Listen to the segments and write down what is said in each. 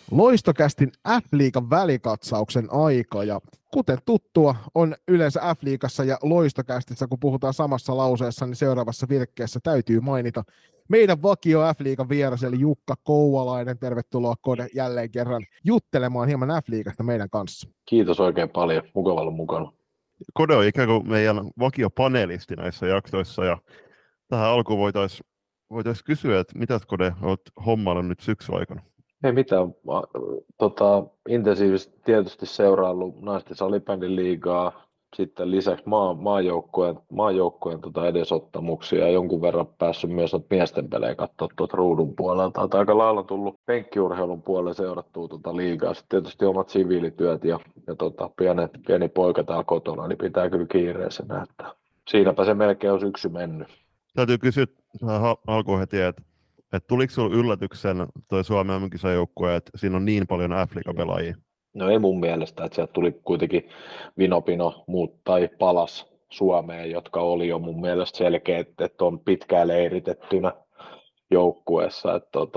Loistokästin F-liigan välikatsauksen aika, ja kuten tuttua on yleensä F-liigassa ja Loistokästissä, kun puhutaan samassa lauseessa, niin seuraavassa virkkeessä täytyy mainita meidän vakio F-liigan vieras, eli Jukka Koualainen. Tervetuloa Kode jälleen kerran juttelemaan hieman F-liigasta meidän kanssa. Kiitos oikein paljon, mukava olla mukana. Kode on ikään kuin meidän vakiopanelisti näissä jaksoissa, ja tähän alkuun voitaisiin kysyä, että mitä Kode olet hommannut nyt syksyn aikana? Ei mitään. Intensiivisesti tietysti seuraillut naisten salibändin liigaa, sitten lisäksi maajoukkueen edesottamuksia ja jonkun verran päässyt myös miesten pelejä katsoa tuolta ruudun puolelta. Aika lailla tullut penkkiurheilun puolelle seurattua liigaa. Sitten tietysti omat siviilityöt ja pieni poika täällä kotona, niin pitää kyllä kiireisenä. Että siinäpä se melkein on syksy mennyt. Täytyy kysyä alkuun heti, että tuliko sinulla yllätyksen toi Suomen MM-kisajoukkue, että siinä on niin paljon F-liiga-pelaajia? No ei mun mielestä, että sieltä tuli kuitenkin Vinopino muut tai palas Suomeen, jotka oli jo mun mielestä selkeä, että on pitkään leiritettynä joukkueessa.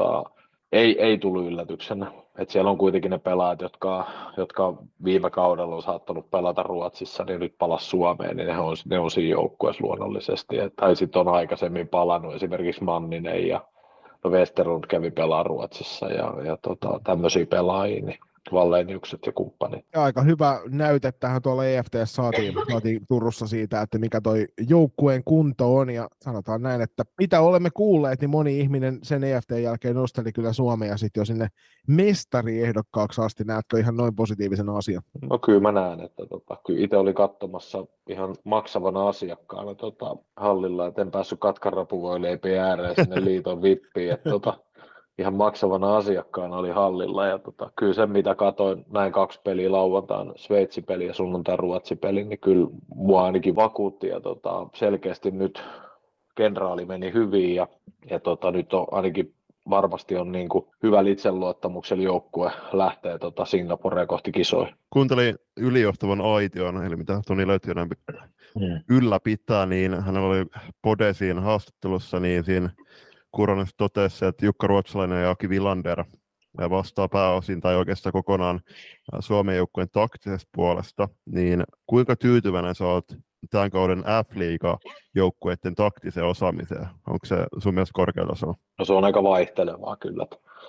Ei tullut yllätyksenä. Että siellä on kuitenkin ne pelaajat, jotka viime kaudella on saattanut pelata Ruotsissa, niin nyt palas Suomeen, niin ne on siinä joukkueessa luonnollisesti. Tai sitten on aikaisemmin palannut esimerkiksi Manninen ja Westerlund kävi pelaa Ruotsissa ja tämmöisiä pelaajia, niin Walleniukset ja kumppanit. Ja aika hyvä näyte tähän tuolla EFT:ssä saatiin Turussa siitä, että mikä toi joukkueen kunto on, ja sanotaan näin, että mitä olemme kuulleet, niin moni ihminen sen EFT:n jälkeen nosteli kyllä Suomea ja sitten jo sinne mestariehdokkaaksi asti. Näetkö ihan noin positiivisena asian? No kyllä mä näen, että kyllä itse oli katsomassa ihan maksavana asiakkaana hallilla, että en päässyt katkarapuvoileipien ääreen sinne liiton vippiin, että ihan maksavana asiakkaana oli hallilla, ja kyllä se mitä katsoin, näin 2 peliä lauantain Sveitsi-peli ja sunnuntain Ruotsi-peli, niin kyllä mua ainakin vakuutti, ja selkeästi nyt kenraali meni hyvin, ja nyt on ainakin varmasti on niin kuin hyvällä itseluottamuksella joukkue lähtee Singaporeen kohti kisoja. Kuuntelin ylijohtavan Aition, eli mitä Toni Löytiönen ylläpitää, niin hänellä oli Podesiin haastattelussa, niin siinä Kuronen totesi, että Jukka Ruotsalainen ja Aki Villander vastaa pääosin tai oikeastaan kokonaan Suomen joukkueen taktisesta puolesta, niin kuinka tyytyväinen sä oot tämän kauden F-liiga-joukkueiden taktiseen osaamiseen? Onko se sun mielestä korkealla tasolla? No se on aika vaihtelevaa kyllä.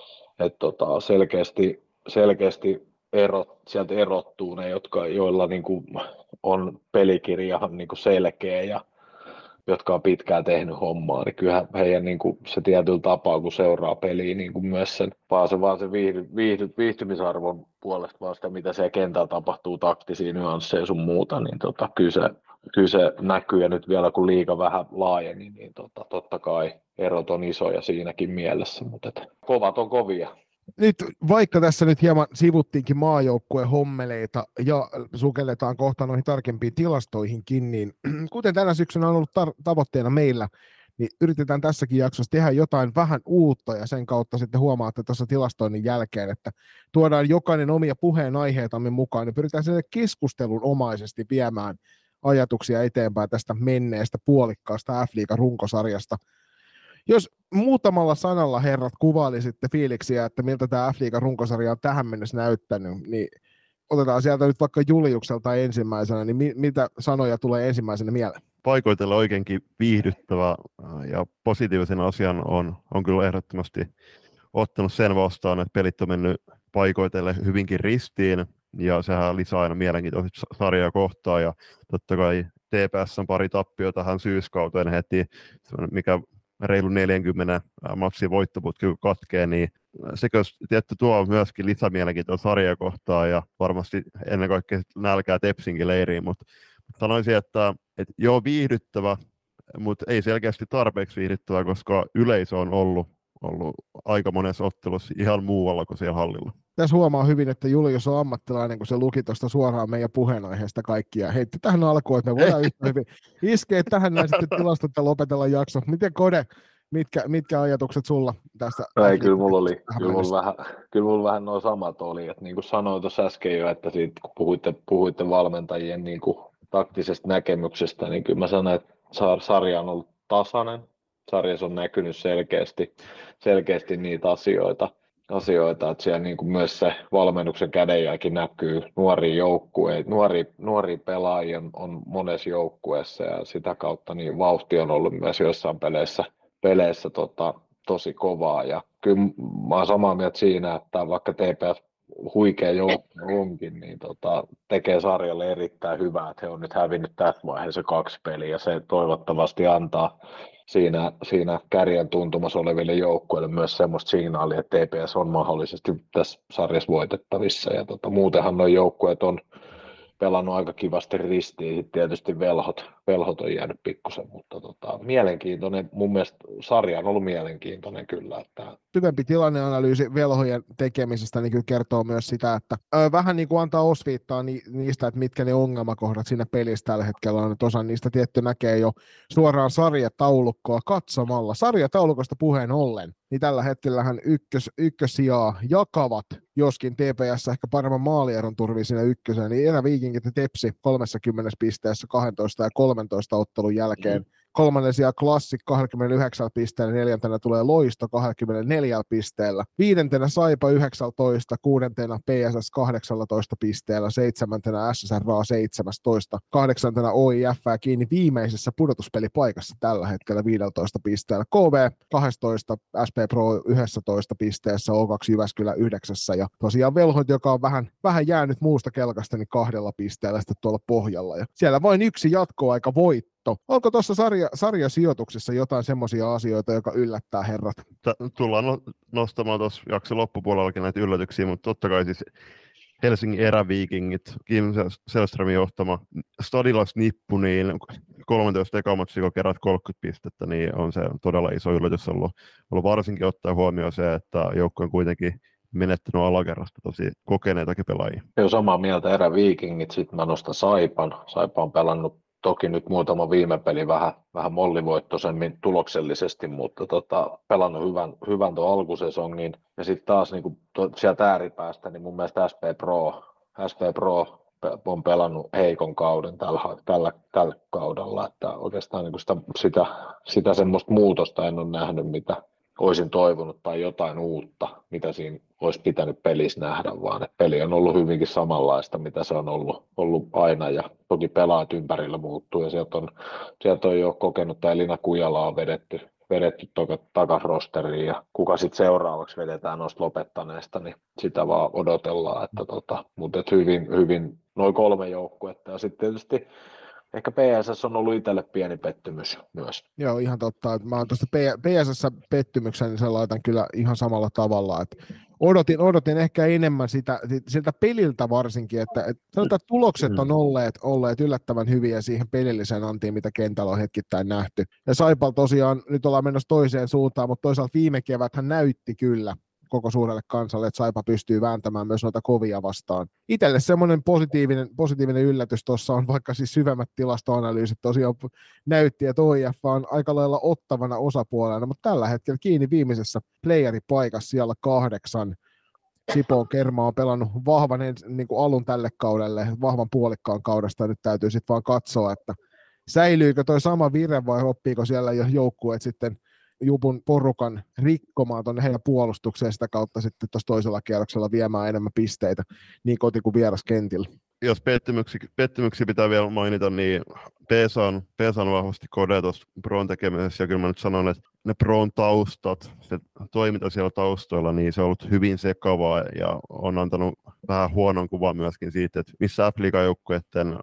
Selkeästi sieltä erottuu ne, joilla niinku on pelikirjahan niinku selkeä ja jotka on pitkään tehnyt hommaa, niin kyllähän heidän niinku se tietyllä tapaa, kun seuraa peliä, niinku myös sen, vaan se viihtymisarvon puolesta, vaan sitä, mitä siellä kentällä tapahtuu, taktisia nyansseja sun muuta, niin kyllä se näkyy, ja nyt vielä kun liiga vähän laajeni, niin totta kai erot on isoja siinäkin mielessä, mutta kovat on kovia. Nyt vaikka tässä nyt hieman sivuttiinkin maajoukkueen hommeleita ja sukelletaan kohta noihin tarkempiin tilastoihinkin, niin kuten tänä syksynä on ollut tavoitteena meillä, niin yritetään tässäkin jaksossa tehdä jotain vähän uutta, ja sen kautta sitten huomaatte tuossa tilastoinnin jälkeen, että tuodaan jokainen omia puheenaiheitamme mukaan, niin pyritään sinne keskustelun omaisesti viemään ajatuksia eteenpäin tästä menneestä puolikkaasta F-liigan runkosarjasta. Jos muutamalla sanalla, herrat, kuvailisitte fiiliksiä, että miltä tämä F-liigan runkosarja on tähän mennessä näyttänyt, niin otetaan sieltä nyt vaikka Juliukselta ensimmäisenä, niin mitä sanoja tulee ensimmäisenä mieleen? Paikoitella oikeinkin viihdyttävä ja positiivisen asian on kyllä ehdottomasti ottanut sen vastaan, että pelit on mennyt paikoitelle hyvinkin ristiin, ja sehän lisää aina mielenkiintoista sarjaa kohtaan, ja totta kai TPS on pari tappiota tähän syyskauteen heti, mikä reilu 40 matsin voittoputki katkee, niin sekä tietty tuo myöskin lisämielenkiintoista sarjakohtaa ja varmasti ennen kaikkea nälkää Tepsinkin leiriin, mutta sanoisin, että joo viihdyttävä, mutta ei selkeästi tarpeeksi viihdyttävä, koska yleisö on ollut aika monessa ottelussa ihan muualla kuin siellä hallilla. Tässä huomaa hyvin, että Julius on ammattilainen, kun se luki tuosta suoraan meidän puheenaiheesta kaikkia. Heitti tähän alkuun, että me voidaan yhtä hyvin iskeä tähän näin sitten tilastot ja lopetella jakso. Miten Kode, mitkä ajatukset sulla tästä? Ei, kyllä mulla vähän nuo samat oli, että niin kuin sanoin tuossa äsken jo, että siitä, kun puhuitte valmentajien niin kuin taktisesta näkemyksestä, niin kyllä mä sanoin, että sarja on ollut tasainen. Sarjassa on näkynyt selkeästi niitä asioita. asioita, että siellä niin kuin myös se valmennuksen kädenjälki näkyy. Nuoria pelaajia on monessa joukkueessa ja sitä kautta niin vauhti on ollut myös joissain peleissä tosi kovaa. Ja kyllä mä oon samaa mieltä siinä, että vaikka TPS huikea joukkue onkin, niin tekee sarjalle erittäin hyvää, että he on nyt hävinnyt tässä vaiheessa 2 peliä ja se toivottavasti antaa siinä kärjen tuntumassa oleville joukkueille myös semmoista signaalia, että TPS on mahdollisesti tässä sarjassa voitettavissa. Ja muutenhan nuo joukkueet on pelannut aika kivasti ristiin, sitten tietysti velhot on jäänyt pikkusen, mutta mielenkiintoinen, mun mielestä sarja on ollut mielenkiintoinen kyllä. Että syvempi tilanneanalyysi velhojen tekemisestä niin kyllä kertoo myös sitä, että vähän niin kuin antaa osviittaa niistä, että mitkä ne ongelmakohdat siinä pelissä tällä hetkellä on, että osa niistä tietty näkee jo suoraan sarjataulukkoa katsomalla. Sarjataulukosta puheen ollen, niin tällä hetkellähän ykkössijaa jakavat, joskin TPS ehkä paremman maalieron turvii siinä ykköseen, niin Eräviikingit ja Tepsi 30 pisteessä 12 ja 13 ottelun jälkeen. Kolmannen sijaan Classic 29 pisteellä, neljäntenä tulee Loisto 24 pisteellä, viidentenä Saipa 19, kuudentena PSS 18 pisteellä, seitsemäntenä SSRA 17, kahdeksantena OIF kiinni viimeisessä pudotuspelipaikassa tällä hetkellä 15 pisteellä, KV 12, SP Pro 11 pisteessä, O2 Jyväskylä 9 ja tosiaan velhot, joka on vähän jäänyt muusta kelkasta, niin 2 pisteellä sitten tuolla pohjalla ja siellä vain yksi jatkoaika voitto. Onko tuossa sarjasijoituksessa jotain semmoisia asioita, joka yllättää herrat? Tullaan nostamaan tuossa jakson loppupuolellakin näitä yllätyksiä, mutta totta kai siis Helsingin Eräviikingit, Kim Selströmin johtama Stadilas Nippu, niin 13 ekamatsia, kun kerät 30 pistettä, niin on se todella iso yllätys ollut varsinkin ottaa huomioon se, että joukko on kuitenkin menettänyt alakerrasta tosi kokeneitakin pelaajia. Joo, samaa mieltä Eräviikingit, sitten mä nostan Saipan. Saipa on pelannut toki nyt muutama viime peli vähän mollivoittoisemmin tuloksellisesti, mutta pelannut hyvän tuon alkusesongin. Ja sitten taas niin sieltä ääripäästä, niin mun mielestä SP Pro on pelannut heikon kauden tällä kaudella. Että oikeastaan niin sitä semmoista muutosta en ole nähnyt, mitä olisin toivonut, tai jotain uutta, mitä siinä olisi pitänyt pelissä nähdä, vaan että peli on ollut hyvinkin samanlaista, mitä se on ollut aina, ja toki pelaajat ympärillä muuttuu, ja sieltä on jo kokenut, tai Elina Kujala on vedetty takaisin rosteriin, ja kuka sitten seuraavaksi vedetään noista lopettaneista, niin sitä vaan odotellaan, mutta hyvin noin 3 joukkuetta, ja sitten tietysti ehkä PSS on ollut itselle pieni pettymys myös. Joo, ihan totta. Mä oon tuosta PSS-pettymyksen, niin sen laitan kyllä ihan samalla tavalla. Että odotin ehkä enemmän siltä peliltä varsinkin, että tulokset on olleet yllättävän hyviä siihen pelilliseen antiin, mitä kentällä on hetkittäin nähty. Ja Saipal tosiaan, nyt ollaan menossa toiseen suuntaan, mutta toisaalta viime keväthän näytti kyllä koko suurelle kansalle, että Saipa pystyy vääntämään myös noita kovia vastaan. Itselle semmoinen positiivinen yllätys tuossa on, vaikka siis syvemmät tilastoanalyysit tosiaan näytti, että OIF on aika lailla ottavana osapuolena, mutta tällä hetkellä kiinni viimeisessä playeripaikassa siellä 8. Sipoon Kerma on pelannut vahvan niin kuin alun tälle kaudelle, vahvan puolikkaan kaudesta, nyt täytyy sitten vaan katsoa, että säilyykö toi sama vire vai oppiiko siellä jo joukkueet sitten Jupun porukan rikkomaan tuonne heidän puolustukseen sitä kautta sitten tuossa toisella kierroksella viemään enemmän pisteitä niin koti- kuin vieraskentillä. Jos pettymyksiä pitää vielä mainita, niin PSA on vahvasti kode tuossa Proon tekemisessä, ja kyllä mä nyt sanon, että ne Proon taustat, se toiminta siellä taustoilla, niin se on ollut hyvin sekavaa ja on antanut vähän huonon kuvan myöskin siitä, että missä F-liigajoukkueiden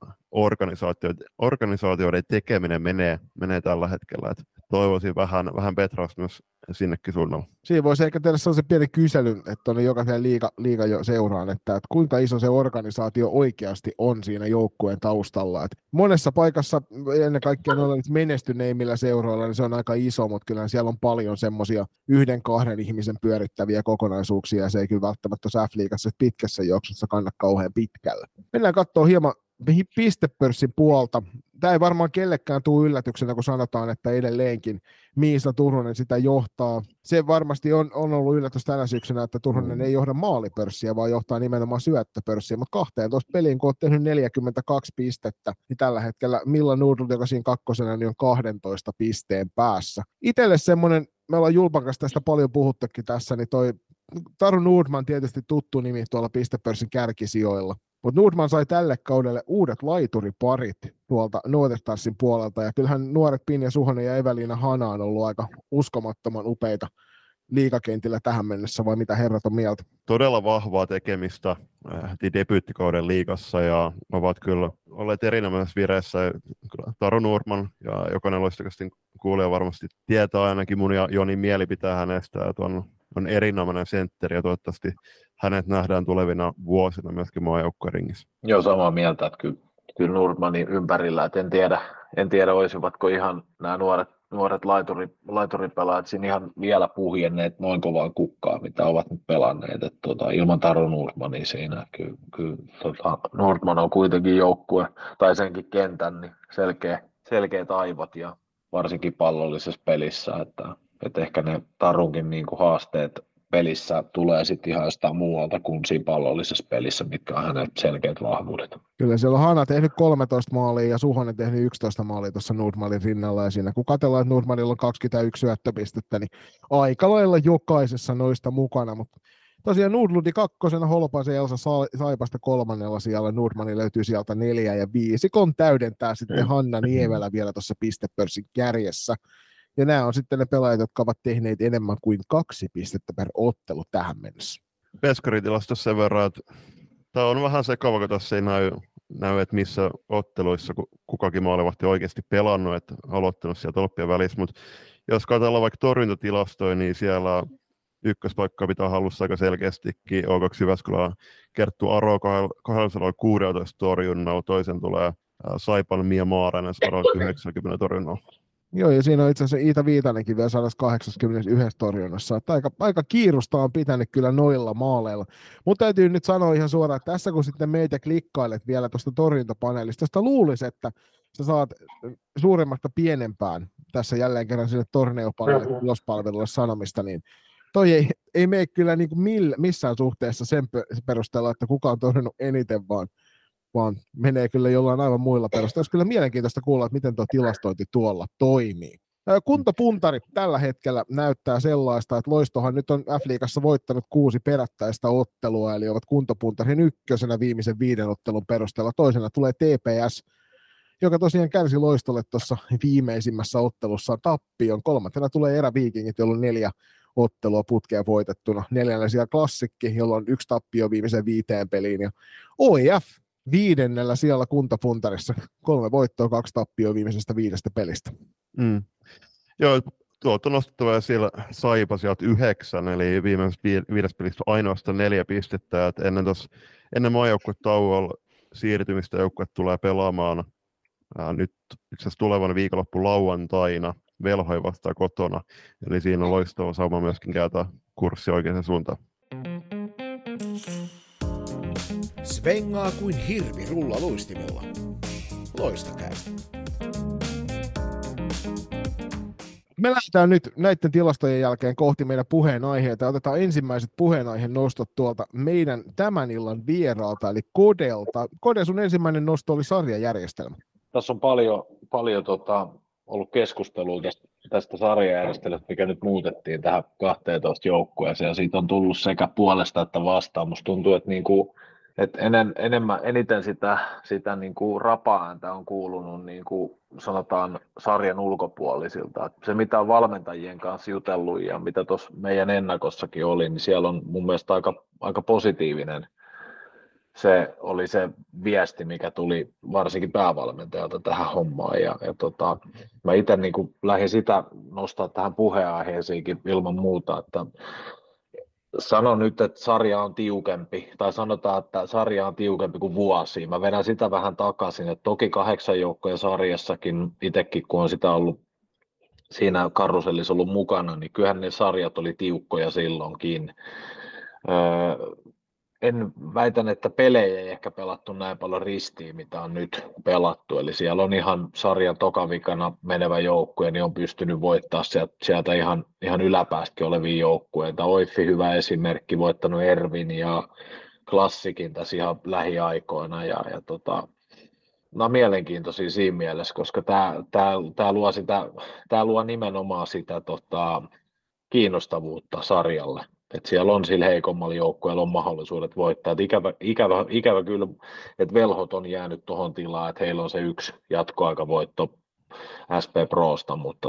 organisaatioiden tekeminen menee tällä hetkellä. Et toivoisin vähän petrausta myös sinnekin suunnalla. Siinä voisi ehkä tehdä sellaisen pienen kyselyn, että tuonne jokaisen liiga jo seuraan, että kuinka iso se organisaatio oikeasti on siinä joukkueen taustalla. Et monessa paikassa, ennen kaikkea noilla menestyneimmillä seuroilla, niin se on aika iso, mutta kyllä siellä on paljon semmoisia 1-2 ihmisen pyörittäviä kokonaisuuksia, ja se ei kyllä välttämättä tuossa F-liigassa pitkässä juoksussa kanna kauhean pitkälle. Mennään katsoa hieman pistepörssin puolta. Tämä ei varmaan kellekään tule yllätyksenä, kun sanotaan, että edelleenkin Miisa Turunen sitä johtaa. Se varmasti on ollut yllätys tänä syksynä, että Turunen ei johda maalipörssiä, vaan johtaa nimenomaan syöttöpörssiä, mutta 12 peliin, kun olet tehnyt 42 pistettä, niin tällä hetkellä Milla Nordlund, joka siinä kakkosena, niin on 12 pisteen päässä. Itselle semmoinen, me ollaan Julpan kanssa tästä paljon puhuttukin tässä, niin toi Taru Nordman tietysti tuttu nimi tuolla pistepörssin kärkisijoilla. Mutta Nordman sai tälle kaudelle uudet laituriparit tuolta Northstarsin puolelta, ja kyllähän nuoret Pinja Suhonen ja Eveliina Hana on ollut aika uskomattoman upeita liigakentillä tähän mennessä, vai mitä herrat on mieltä? Todella vahvaa tekemistä debyyttikauden liigassa, ja ovat kyllä olleet erinomaisessa vireessä. Taru Nordman, ja jokainen loistakastin kuulija varmasti tietää ainakin mun ja Jonin mielipitää hänestä, että on erinomainen sentteri, ja toivottavasti hänet nähdään tulevina vuosina myöskin maajoukkueen ringissä. Joo, samaa mieltä, että kyllä Nordmanin ympärillä, että en tiedä olisivatko ihan nämä nuoret laituripelaajat siinä ihan vielä puhjenneet noin kovaa kukkaa, mitä ovat nyt pelanneet, että ilman Taru Nordmania siinä. Kyllä Nordman on kuitenkin joukkue, tai senkin kentän, niin selkeät aivot, ja varsinkin pallollisessa pelissä, että ehkä ne Tarunkin niin kuin haasteet pelissä tulee sitten ihan jostain muualta kuin siinä pallollisessa pelissä, mitkä on hänet selkeät vahvuudet. Kyllä siellä on Hana tehnyt 13 maalia ja Suhonen tehnyt 11 maalia tuossa Nordmanin rinnalla, ja siinä kun katsellaan, että Nordmanilla on 21 syöttöpistettä, niin aika lailla jokaisessa noista mukana, mutta tosiaan Nordludi kakkosena, Holopaisen Elsa Saipasta kolmannella siellä, Nordmanin löytyy sieltä 4 ja 5, kun täydentää sitten Hanna Niemelä vielä tuossa pistepörssin kärjessä. Ja nämä on sitten ne pelaajat, jotka ovat tehneet enemmän kuin 2 pistettä per ottelu tähän mennessä. Veskaritilastossa sen verran, että tämä on vähän sekava, kun tässä ei näy, että missä otteluissa kukakin maalivahti oikeasti pelannut, että aloittanut sieltä tolppien välissä, mutta jos katsotaan vaikka torjuntatilastoja, niin siellä ykköspaikkaa pitää hallussa aika selkeästikin. O2 Jyväskylä Kerttu Aro 216 torjunnalla, toisen tulee Saipan Mia Maarainen 190 torjunnalla. Joo, ja siinä on itse asiassa Iita Viitanenkin vielä 181 torjunnassa. Että aika kiirusta on pitänyt kyllä noilla maaleilla. Mutta täytyy nyt sanoa ihan suoraan, että tässä kun sitten meitä klikkailet vielä tuosta torjuntapaneelista, josta luulisi, että sä saat suurimmasta pienempään tässä jälleen kerran sinne torneopaneelille tulospalvelulle sanomista, niin toi ei mene kyllä niin kuin missään suhteessa sen perusteella, että kuka on torjunut eniten, vaan menee kyllä jollain aivan muilla perusteilla. Olisi kyllä mielenkiintoista kuulla, että miten tuo tilastointi tuolla toimii. Kuntapuntari tällä hetkellä näyttää sellaista, että Loistohan nyt on F-liigassa voittanut 6 perättäistä ottelua, eli ovat kuntapuntarin ykkösenä viimeisen 5 ottelun perusteella. Toisena tulee TPS, joka tosiaan kärsi Loistolle tuossa viimeisimmässä ottelussaan tappion. Kolmantena tulee Eräviikingit, jolla on 4 ottelua putkea voitettuna. 4. siellä Klassikki, jolla on 1 tappio viimeiseen 5 peliin. Ja OIF 5. siellä kuntapuntarissa. 3 voittoa, 2 tappioa viimeisestä 5 pelistä. Joo, tuolta on nostettava siellä Saipa sieltä 9, eli viimeisestä 5 pelistä ainoastaan 4 pistettä. Et ennen maajoukkuetauolla siirtymistä joukkue tulee pelaamaan nyt itse asiassa tulevan viikonloppu lauantaina Velhoi vastaan kotona. Eli siinä on loistava sauma myöskin kääntää kurssi oikeaan suuntaan. Svengaa kuin hirvi rullaluistimella. Loistakäästä. Me lähdetään nyt näiden tilastojen jälkeen kohti meidän puheenaiheita. Otetaan ensimmäiset puheenaiheen nostot tuolta meidän tämän illan vieraalta, eli Kodelta. Kode, sun ensimmäinen nosto oli sarjajärjestelmä. Tässä on paljon ollut keskustelua tästä sarjajärjestelmästä, mikä nyt muutettiin tähän 12 joukkueeseen, ja siitä on tullut sekä puolesta että vastaan. Musta tuntuu, että että eniten sitä niin kuin rapa-ääntä on kuulunut niin kuin sanotaan sarjan ulkopuolisilta. Että se mitä on valmentajien kanssa jutellut ja mitä tuossa meidän ennakossakin oli, niin siellä on mun mielestä aika positiivinen. Se oli se viesti, mikä tuli varsinkin päävalmentajalta tähän hommaan. Mä itse niin kuin lähdin sitä nostaa tähän puheenaiheisiinkin ilman muuta, että sanon nyt, että sarja on tiukempi, tai sanotaan, että sarja on tiukempi kuin vuosi. Mä vedän sitä vähän takaisin, että toki 8 joukkojen sarjassakin itsekin, kun on sitä ollut siinä karusellissa ollut mukana, niin kyllähän ne sarjat oli tiukkoja silloinkin. En väitän, että pelejä ei ehkä pelattu näin paljon ristiin, mitä on nyt pelattu. Eli siellä on ihan sarjan tokavikana menevä joukkue, niin on pystynyt voittamaan sieltä ihan yläpäästäkin olevia joukkueita. Oiffi hyvä esimerkki, voittanut Ervin ja Klassikin tässä ihan lähiaikoina. Nämä on mielenkiintoisia siinä mielessä, koska tämä luo nimenomaan sitä kiinnostavuutta sarjalle. että siellä on sillä heikommalla joukkueella on mahdollisuudet voittaa. Ikävä kyllä, että Velhot on jäänyt tuohon tilaan, että heillä on se yksi jatkoaikavoitto SP Prosta, mutta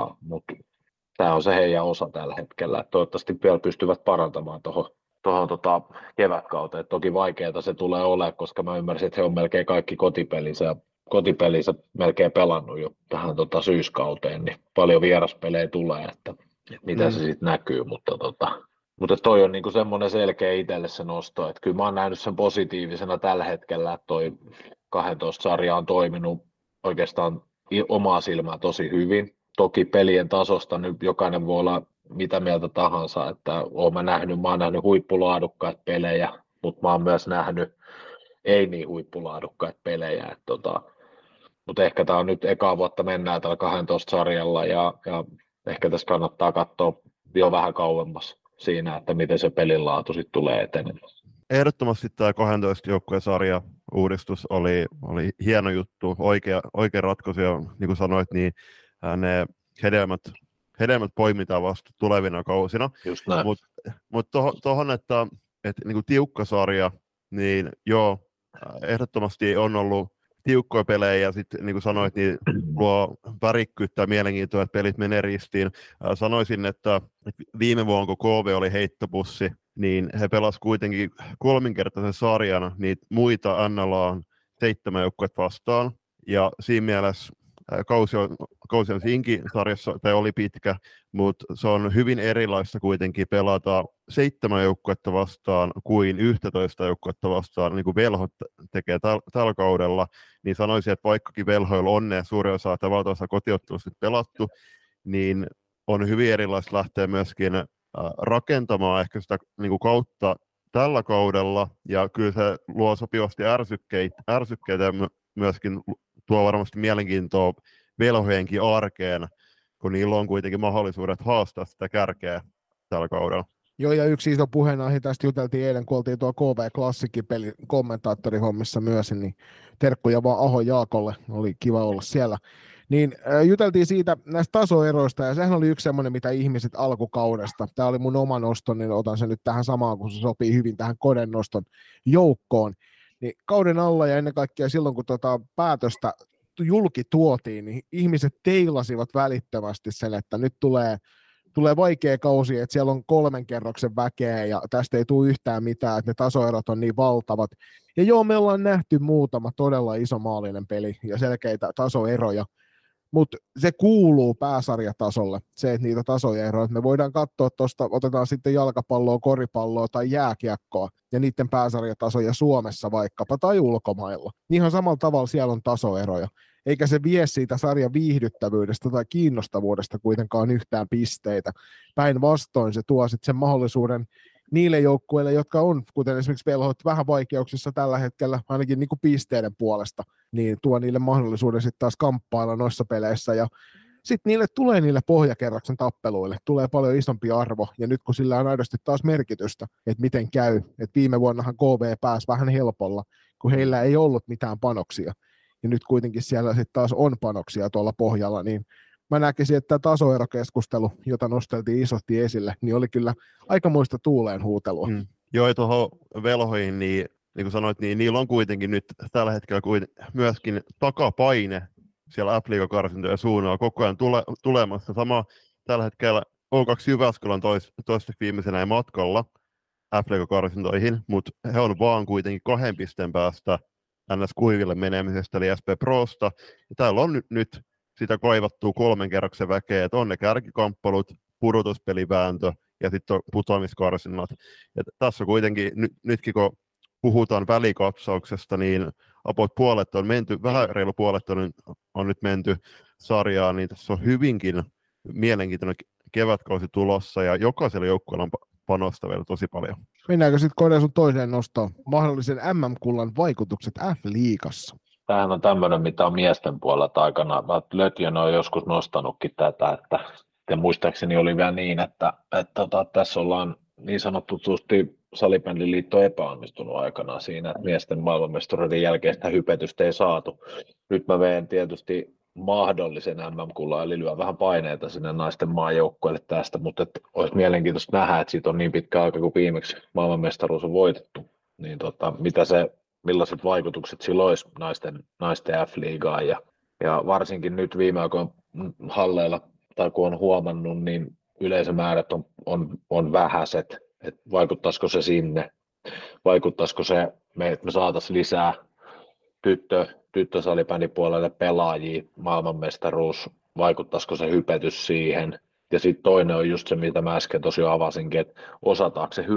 tämä on se heidän osa tällä hetkellä. Toivottavasti vielä pystyvät parantamaan tuohon kevätkauteen. Toki vaikeaa se tulee olemaan, koska mä ymmärsin, että he on melkein kaikki kotipelinsä melkein pelannut jo tähän syyskauteen, niin paljon vieraspelejä tulee, että mitä se sitten näkyy, mutta toi on niinku semmoinen selkeä itselle se nosto, että kyllä mä oon nähnyt sen positiivisena tällä hetkellä, että toi 12 sarja on toiminut oikeastaan omaa silmää tosi hyvin. Toki pelien tasosta nyt jokainen voi olla mitä mieltä tahansa, että mä oon nähnyt huippulaadukkaita pelejä, mutta mä oon myös nähnyt ei niin huippulaadukkaita pelejä. Mutta ehkä tämä on nyt ekaa vuotta mennään tällä 12 sarjalla ja ehkä tässä kannattaa katsoa jo vähän kauemmas siinä, että miten se pelin laatu sitten tulee etenemään. Ehdottomasti tämä 12 joukkueen sarja uudistus oli hieno juttu, oikea ratkaisu, ja niin kuin sanoit, niin ne hedelmät poimitaan vasta tulevina kausina. Mutta tuohon, että niin kuin tiukka sarja, niin joo, ehdottomasti on ollut tiukkoja pelejä, ja sitten niin kuin sanoit, niin luo värikkyyttä ja mielenkiintoa, että pelit menee ristiin. Sanoisin, että viime vuonna, kun KV oli heittopussi, niin he pelasivat kuitenkin kolminkertaisen sarjan niitä muita NLA:n 7 joukkuetta vastaan, ja siinä mielessä kausi on siinkin sarjassa, tai oli pitkä, mutta se on hyvin erilaista kuitenkin pelata 7 joukkuetta vastaan kuin 11 joukkuetta vastaan, niin kuin Velhot tekee tällä kaudella, niin sanoisin, että vaikkakin Velhoilla on ne suuri osa tai valtaosa kotiottelusta pelattu, niin on hyvin erilaista lähteä myöskin rakentamaan ehkä sitä niin kuin kautta tällä kaudella, ja kyllä se luo sopivasti ärsykkeitä ja myöskin tuo varmasti mielenkiintoa Velhojenkin arkeen, kun niillä on kuitenkin mahdollisuudet haastaa sitä kärkeä tällä kaudella. Joo, ja yksi iso puheenaihe, tästä juteltiin eilen, kun oltiin tuo KV Klassikin pelin kommentaattorihommissa myös, niin terkkuja vaan Aho Jaakolle, oli kiva olla siellä. Niin juteltiin siitä näistä tasoeroista, ja sehän oli yksi semmoinen, mitä ihmiset alkukaudesta, tämä oli mun oma nosto, niin otan sen nyt tähän samaan, kun se sopii hyvin tähän Koden noston joukkoon. Niin kauden alla ja ennen kaikkea silloin, kun päätöstä julki tuotiin, niin ihmiset teilasivat välittömästi sen, että nyt tulee vaikea kausi, että siellä on 3 kerroksen väkeä ja tästä ei tule yhtään mitään, että ne tasoerot on niin valtavat. Ja joo, me ollaan nähty muutama todella iso maallinen peli ja selkeitä tasoeroja, mutta se kuuluu pääsarjatasolle, se, että niitä tasoja eroja. Me voidaan katsoa tuosta, otetaan sitten jalkapalloa, koripalloa tai jääkiekkoa ja niiden pääsarjatasoja Suomessa vaikkapa tai ulkomailla. Ihan samalla tavalla siellä on tasoeroja. Eikä se vie siitä sarjan viihdyttävyydestä tai kiinnostavuudesta kuitenkaan yhtään pisteitä. Päinvastoin se tuo sitten sen mahdollisuuden niille joukkueille, jotka on, kuten esimerkiksi Velhot, vähän vaikeuksissa tällä hetkellä, ainakin niin kuin pisteiden puolesta, niin tuo niille mahdollisuuden sitten taas kamppailla noissa peleissä, ja sitten niille tulee niille pohjakerroksen tappeluille, tulee paljon isompi arvo, ja nyt kun sillä on aidosti taas merkitystä, että miten käy, että viime vuonnahan KV pääsi vähän helpolla, kun heillä ei ollut mitään panoksia, ja nyt kuitenkin siellä sitten taas on panoksia tuolla pohjalla, niin mä näkisin, että tämä tasoerokeskustelu, jota nosteltiin isosti esille, niin oli kyllä aikamoista tuuleen huutelua. Joo, ja tuohon Velhoihin, niin kuin sanoit, niin niillä on kuitenkin nyt tällä hetkellä myöskin takapaine siellä F-liiga-karsintojen suunnalla koko ajan tulemassa. Sama tällä hetkellä O2 Jyväskylän toiseksi viimeisenä matkalla F-liiga-karsintoihin, mutta he on vaan kuitenkin 2 pisteen päästä NS-kuiville menemisestä, eli SP Prosta. Ja täällä on nyt sitä kaivattua 3 kerroksen väkeä, että on ne kärkikamppalut, pudotuspelivääntö ja sitten on putoamiskarsinnat. Ja tässä kuitenkin, nytkin kun puhutaan välikatsauksesta, niin about puolet on menty, vähän reilu puolet on nyt menty sarjaan, niin tässä on hyvinkin mielenkiintoinen kevätkausi tulossa, ja jokaisella joukkueella on panosta vielä tosi paljon. Mennäänkö sitten Kodeen sun toiseen nostoon? Mahdollisen MM-kullan vaikutukset F-liigassa. Tämähän on tämmöinen, mitä on miesten puolelta aikana. Lötjön on joskus nostanutkin tätä, että muistaakseni oli vielä niin, että tässä ollaan niin sanotusti Salibändiliitto epäonnistunut aikanaan siinä, että miesten maailmanmestaruuden jälkeistä hypetystä ei saatu. Nyt mä veen tietysti mahdollisen MM-kullan, eli lyö vähän paineita sinne naisten maajoukkueelle tästä, mutta olisi mielenkiintoista nähdä, että siitä on niin pitkä aika, kun viimeksi maailmanmestaruus on voitettu, niin millaiset vaikutukset sillä olisi naisten F-liigaan, ja varsinkin nyt viime aikoina halleilla, tai kun on huomannut, niin yleisömäärät on vähäiset, että vaikuttaisiko se sinne, vaikuttaisiko se, että me saataisiin lisää tyttösalibändipuolelle pelaajia, maailmanmestaruus, vaikuttaisiko se hypetys siihen. Ja sitten toinen on just se, mitä mä äsken tosiaan avasinkin, että osataanko se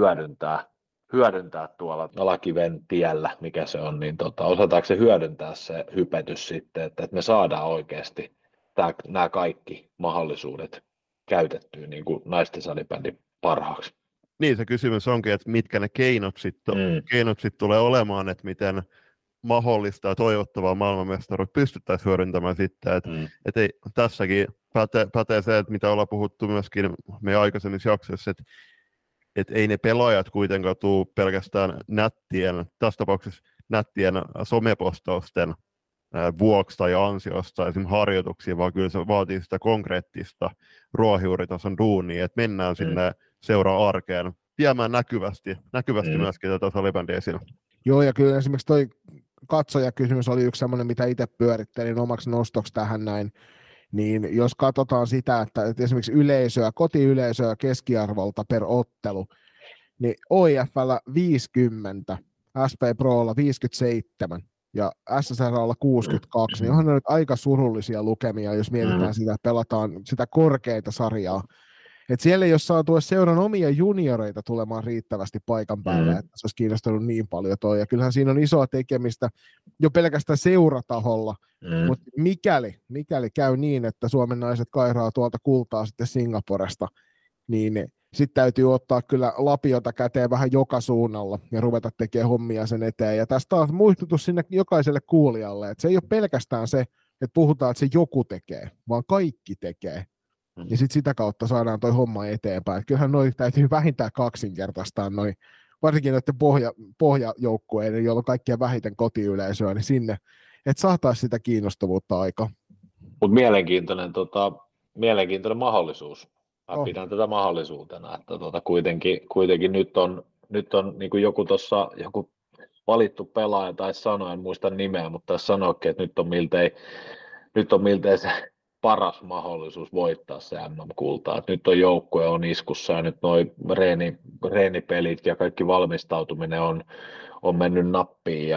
hyödyntää tuolla Alakiven tiellä, mikä se on, niin osataanko se hyödyntää se hypetys sitten, että me saadaan oikeasti nämä kaikki mahdollisuudet käytettyä niin kuin naisten salibändin parhaaksi. Niin, se kysymys onkin, että mitkä ne keinot sitten tulee olemaan, että miten mahdollista ja toivottavaa maailmanmestaruutta pystyttäisiin hyödyntämään sitten. Että tässäkin pätee se, että mitä ollaan puhuttu myöskin meidän aikaisemmissa jaksoissa, että ei ne pelaajat kuitenkaan tule pelkästään tässä tapauksessa nättien somepostausten vuoksi tai ansiosta esimerkiksi harjoituksia, vaan kyllä se vaatii sitä konkreettista ruohonjuuritason duunia, että mennään sinne seuraa arkeen viemään näkyvästi myöskin tätä salibändiä esille. Joo, ja kyllä esimerkiksi toi katsojakysymys oli yksi sellainen, mitä itse pyörittelin omaksi nostoksi tähän näin, niin jos katsotaan sitä, että esimerkiksi kotiyleisöä keskiarvolta per ottelu, niin OIF:llä 50, SP Prolla 57 ja SSR:llä 62, niin onhan ne nyt aika surullisia lukemia, jos mietitään sitä, että pelataan sitä korkeita sarjaa. Et siellä ei ole saatu seuran omia junioreita tulemaan riittävästi paikan päälle, että se olisi kiinnostanut niin paljon toi. Ja kyllähän siinä on isoa tekemistä jo pelkästään seurataholla, mutta mikäli käy niin, että Suomen naiset kairaa tuolta kultaa sitten Singaporesta, niin sitten täytyy ottaa kyllä lapiota käteen vähän joka suunnalla ja ruveta tekemään hommia sen eteen. Ja tästä taas muistutus sinne jokaiselle kuulijalle, että se ei ole pelkästään se, että puhutaan, että se joku tekee, vaan kaikki tekee. Ja sitten sitä kautta saadaan toi homma eteenpäin. Et kyllähän noi täytyy vähintään kaksinkertaistaa varsinkin noiden pohjajoukkueiden, joilla on kaikkien vähiten kotiyleisöä, niin sinne, että saataisiin sitä kiinnostavuutta aikaan. Mutta mielenkiintoinen mahdollisuus. Mä pidän tätä mahdollisuutena, että kuitenkin nyt on niin kuin joku valittu pelaaja tai sanoi, en muista nimeä, mutta tässä sanoikin, että nyt on miltei se paras mahdollisuus voittaa se MM-kultaa. Nyt on joukkue on iskussa ja nyt noi reenipelit ja kaikki valmistautuminen on mennyt nappiin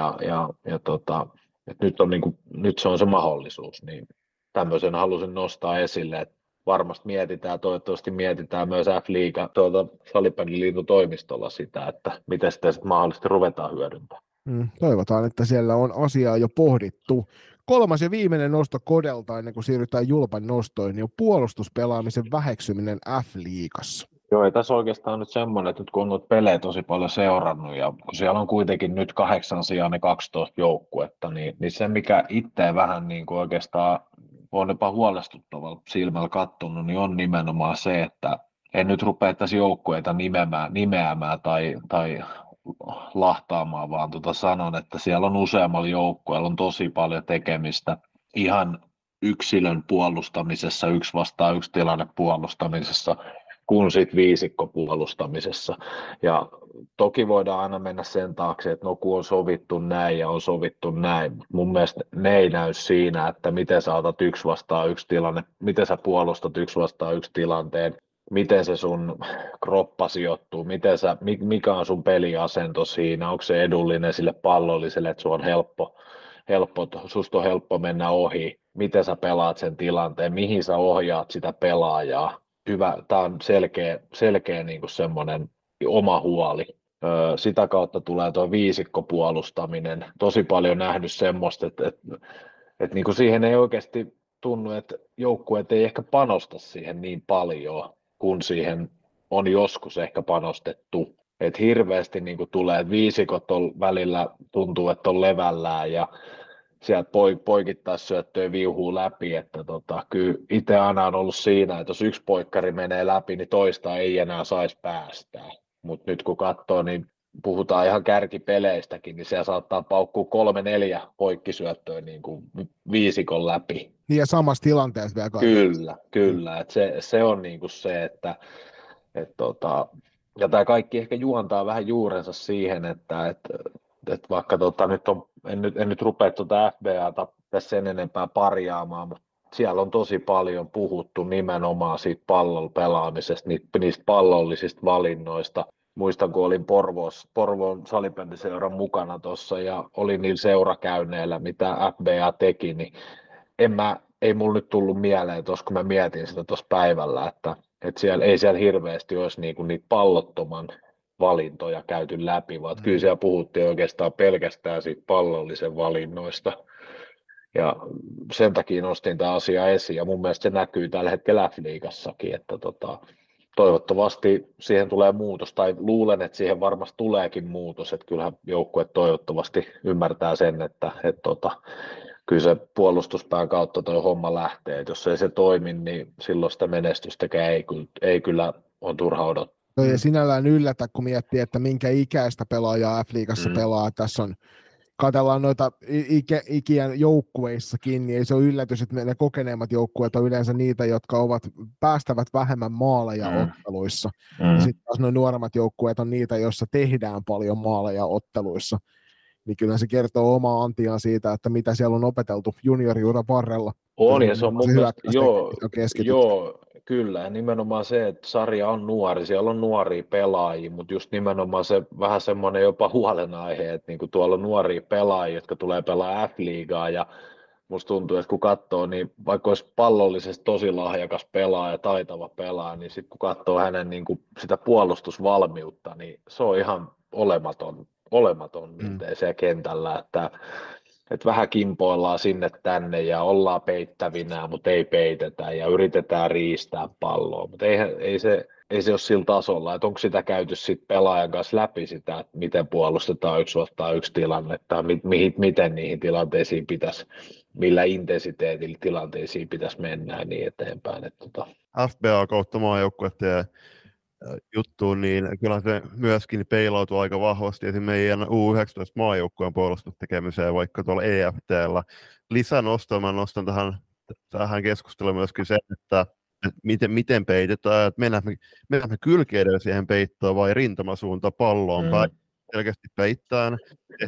nyt se on se mahdollisuus. Niin tämmöisen halusin nostaa esille, että varmasti toivottavasti mietitään myös F-liiga Salibändiliiton toimistolla sitä, että miten sitä sitten mahdollisesti ruvetaan hyödyntämään. Toivotaan, että siellä on asiaa jo pohdittu. 3. ja viimeinen nosto Kodelta ennen kuin siirrytään Julpan nostoihin, niin on puolustuspelaamisen väheksyminen F-liigassa. Joo, ja tässä oikeastaan nyt semmoinen, että nyt kun on noita pelejä tosi paljon seurannut, ja kun siellä on kuitenkin nyt 8 sijaan ne 12 joukkuetta, niin se mikä itse vähän niin kuin oikeastaan on jopa huolestuttavalla silmällä katsonut, niin on nimenomaan se, että en nyt rupea tässä joukkueita nimeämään tai lahtaamaan, vaan sanon, että siellä on useammalla joukkueella on tosi paljon tekemistä ihan yksilön puolustamisessa, 1 vastaan 1 tilanne puolustamisessa, kuin sitten viisikkopuolustamisessa. Ja toki voidaan aina mennä sen taakse, että kun on sovittu näin ja on sovittu näin, mutta mun mielestä ne ei näy siinä, että miten sä otat 1 vastaan 1 tilanne, miten sä puolustat 1 vastaan 1 tilanteen, miten se sun kroppa sijoittuu, mikä on sun peliasento siinä, onko se edullinen sille pallolliselle, että susta on helppo mennä ohi, miten sä pelaat sen tilanteen, mihin sä ohjaat sitä pelaajaa. Hyvä, tämä on selkeä niin kuin semmoinen oma huoli. Sitä kautta tulee tuo viisikkopuolustaminen. Tosi paljon nähnyt semmoista, että niin kuin siihen ei oikeasti tunnu, että joukkueet ei ehkä panosta siihen niin paljon, kun siihen on joskus ehkä panostettu. Että hirveästi niin kuin tulee, että viisikot on välillä tuntuu, että on levällään ja sieltä poikittaisyöttöjä viuhuu läpi, että kyllä itse aina on ollut siinä, että jos 1 poikkari menee läpi, niin toista ei enää saisi päästää. Mutta nyt kun katsoo, niin puhutaan ihan kärkipeleistäkin, niin siellä saattaa paukkua 3-4 poikkisyöttöä niin kuin viisikon läpi. Niin ja samassa tilanteessa vielä kaiken. Kyllä. Että se on niin kuin se, että ja tämä kaikki ehkä juontaa vähän juurensa siihen, että vaikka en nyt rupea FBAta tässä sen enempää parjaamaan, mutta siellä on tosi paljon puhuttu nimenomaan siitä pallon pelaamisesta, niistä pallollisista valinnoista. Muistan, kun olin Porvoon salibändiseuran mukana tuossa ja olin niillä seurakäynneillä, mitä FBA teki, niin ei mulla nyt tullut mieleen tuossa, kun mä mietin sitä tuossa päivällä, että ei siellä hirveästi olisi niitä pallottoman valintoja käyty läpi, vaan kyllä siellä puhuttiin oikeastaan pelkästään siitä pallollisen valinnoista. Ja sen takia nostin tämä asia esiin, ja mun mielestä se näkyy tällä hetkellä F-liigassakin, että toivottavasti siihen tulee muutos, tai luulen, että siihen varmasti tuleekin muutos, että kyllähän joukkue toivottavasti ymmärtää sen, että kyllä se puolustuspään kautta tuo homma lähtee, että jos ei se toimi, niin silloin sitä menestystäkään ei kyllä on turha odottaa. Ei sinällään yllätä, kun miettii, että minkä ikäistä pelaajaa F-liigassa pelaa. Tässä on, katsellaan noita ikien joukkueissakin, niin ei se ole yllätys, että ne kokeneemmat joukkueet on yleensä niitä, jotka päästävät vähemmän maaleja otteluissa. Ja sitten taas nuo nuoremmat joukkueet on niitä, joissa tehdään paljon maaleja otteluissa. Niin kyllä se kertoo omaa antiaan siitä, että mitä siellä on opeteltu junioriuran varrella. On, ja se on mun mielestä, joo, kyllä, ja nimenomaan se, että sarja on nuori, siellä on nuoria pelaajia, mutta just nimenomaan se vähän semmoinen jopa huolenaihe, että niinku tuolla on nuoria pelaajia, jotka tulee pelaa F-liigaa, ja musta tuntuu, että kun katsoo, niin vaikka olisi pallollisesti tosi lahjakas pelaaja ja taitava pelaaja, niin sitten kun katsoo hänen niinku sitä puolustusvalmiutta, niin se on ihan olematon miltei siellä kentällä, että vähän kimpoillaan sinne tänne ja ollaan peittävinä, mutta ei peitetä ja yritetään riistää palloa, mutta ei se ole sillä tasolla, että onko sitä käyty sitten pelaajan kanssa läpi sitä, että miten puolustetaan yksi tilanne tai miten niihin tilanteisiin pitäisi, millä intensiteetillä tilanteisiin pitäisi mennä ja niin eteenpäin. FBA kautta maajoukkueiden juttuun, niin kyllä se myöskin peilautuu aika vahvasti esimerkiksi meidän U19 maajoukkueen puolustustekemiseen vaikka tuolla EFT:llä. Lisänostona nostan tähän keskusteluun myöskin se, että miten peitetään, että mennään me kylkeiden siihen peittoon vai rintamasuunta palloon päin, selkeästi peittäen.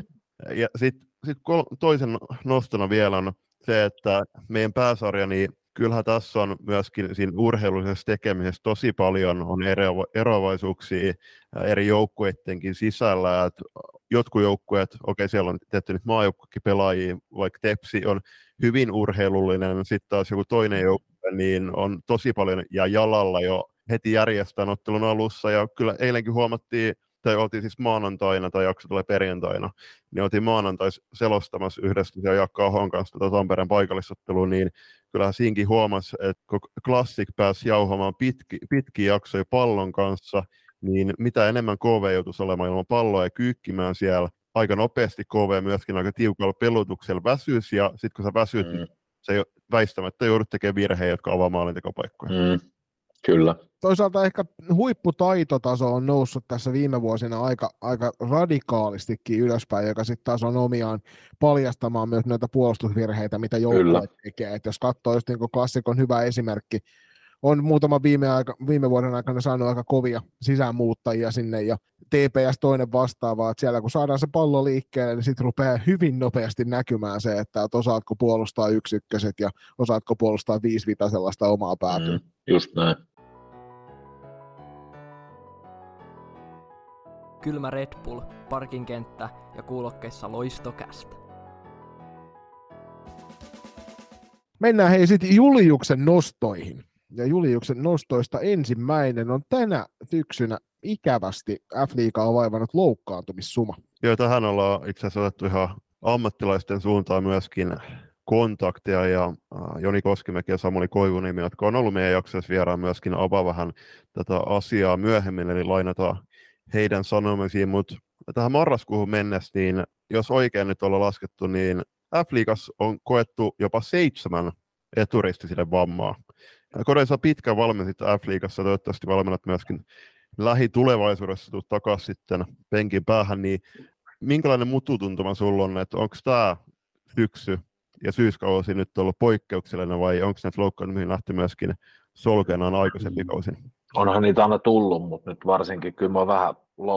Ja sitten toisen nostona vielä on se, että meidän pääsarja, niin kyllähän tässä on myöskin siinä urheilullisessa tekemisessä tosi paljon on eroavaisuuksia eri joukkueidenkin sisällä. Että jotkut joukkueet, siellä on tietty nyt maajoukkuekin pelaajia, vaikka Tepsi on hyvin urheilullinen, sitten taas joku toinen joukkue niin on tosi paljon ja jalalla jo heti järjestään ottelun alussa. Ja kyllä eilenkin huomattiin, tai oltiin siis maanantaina, tai jakso tulee perjantaina, niin oltiin maanantais selostamassa yhdessä ja Jaakko Ahon kanssa Tampereen paikallisotteluun, niin kyllähän siinkin huomasi, että kun Classic pääsi jauhamaan pitkiä jaksoja pallon kanssa, niin mitä enemmän KV joutuisi olemaan ilman palloa ja kyykkimään siellä, aika nopeasti KV myöskin aika tiukalla pelutuksella väsyisi, ja sitten kun sä väsyt, niin se väistämättä joudut tekemään virheitä, jotka avaa maalintekopaikkoja. Kyllä. Toisaalta ehkä huipputaitotaso on noussut tässä viime vuosina aika radikaalistikin ylöspäin, joka sitten taas on omiaan paljastamaan myös noita puolustusvirheitä, mitä joukkueet tekee. Et jos katsoo, just niin kuin Classic on hyvä esimerkki, on muutama viime vuoden aikana saanut aika kovia sisäänmuuttajia sinne ja TPS toinen vastaava, että siellä kun saadaan se pallo liikkeelle, niin sitten rupeaa hyvin nopeasti näkymään se, että osaatko puolustaa 1-1 ja osaatko puolustaa 5-5 sellaista omaa päätyä. Just näin. Kylmä Red Bull, parkinkenttä ja kuulokkeissa Loistokästä. Mennään hei sitten Juliuksen nostoihin. Ja Juliuksen nostoista ensimmäinen on tänä syksynä ikävästi F-liigaa vaivannut loukkaantumissuma. Joo, tähän ollaan itse asiassa otettu ihan ammattilaisten suuntaan myöskin kontakteja, ja Joni Koskimäki ja Samuli Koivuniemi, jotka on ollut meidän jaksossa vieraan, myöskin avaa vähän tätä asiaa myöhemmin, eli lainataan heidän sanomisiin, mutta tähän marraskuuhun mennessä, niin jos oikein nyt ollaan laskettu, niin F-liigassa on koettu jopa 7 eturistisille vammaa. Kodessa pitkään valmensit F-liigassa, toivottavasti valmennat myöskin lähitulevaisuudessa tuu takaisin sitten penkin päähän, niin minkälainen mututuntuma sulla on, että onko tämä syksy ja syyskausi nyt ollut poikkeuksellinen vai onko näitä loukkaantumisia nähty myöskin solkenaan aikaisempi kausin? Onhan niitä aina tullut, mutta nyt varsinkin kyllä mä vähän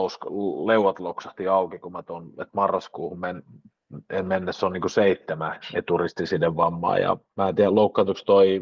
leuat loksahti auki, kun mä että marraskuuhun mennessä on niin kuin 7 eturistisiden vammaa, ja mä en tiedä, loukkaantuiko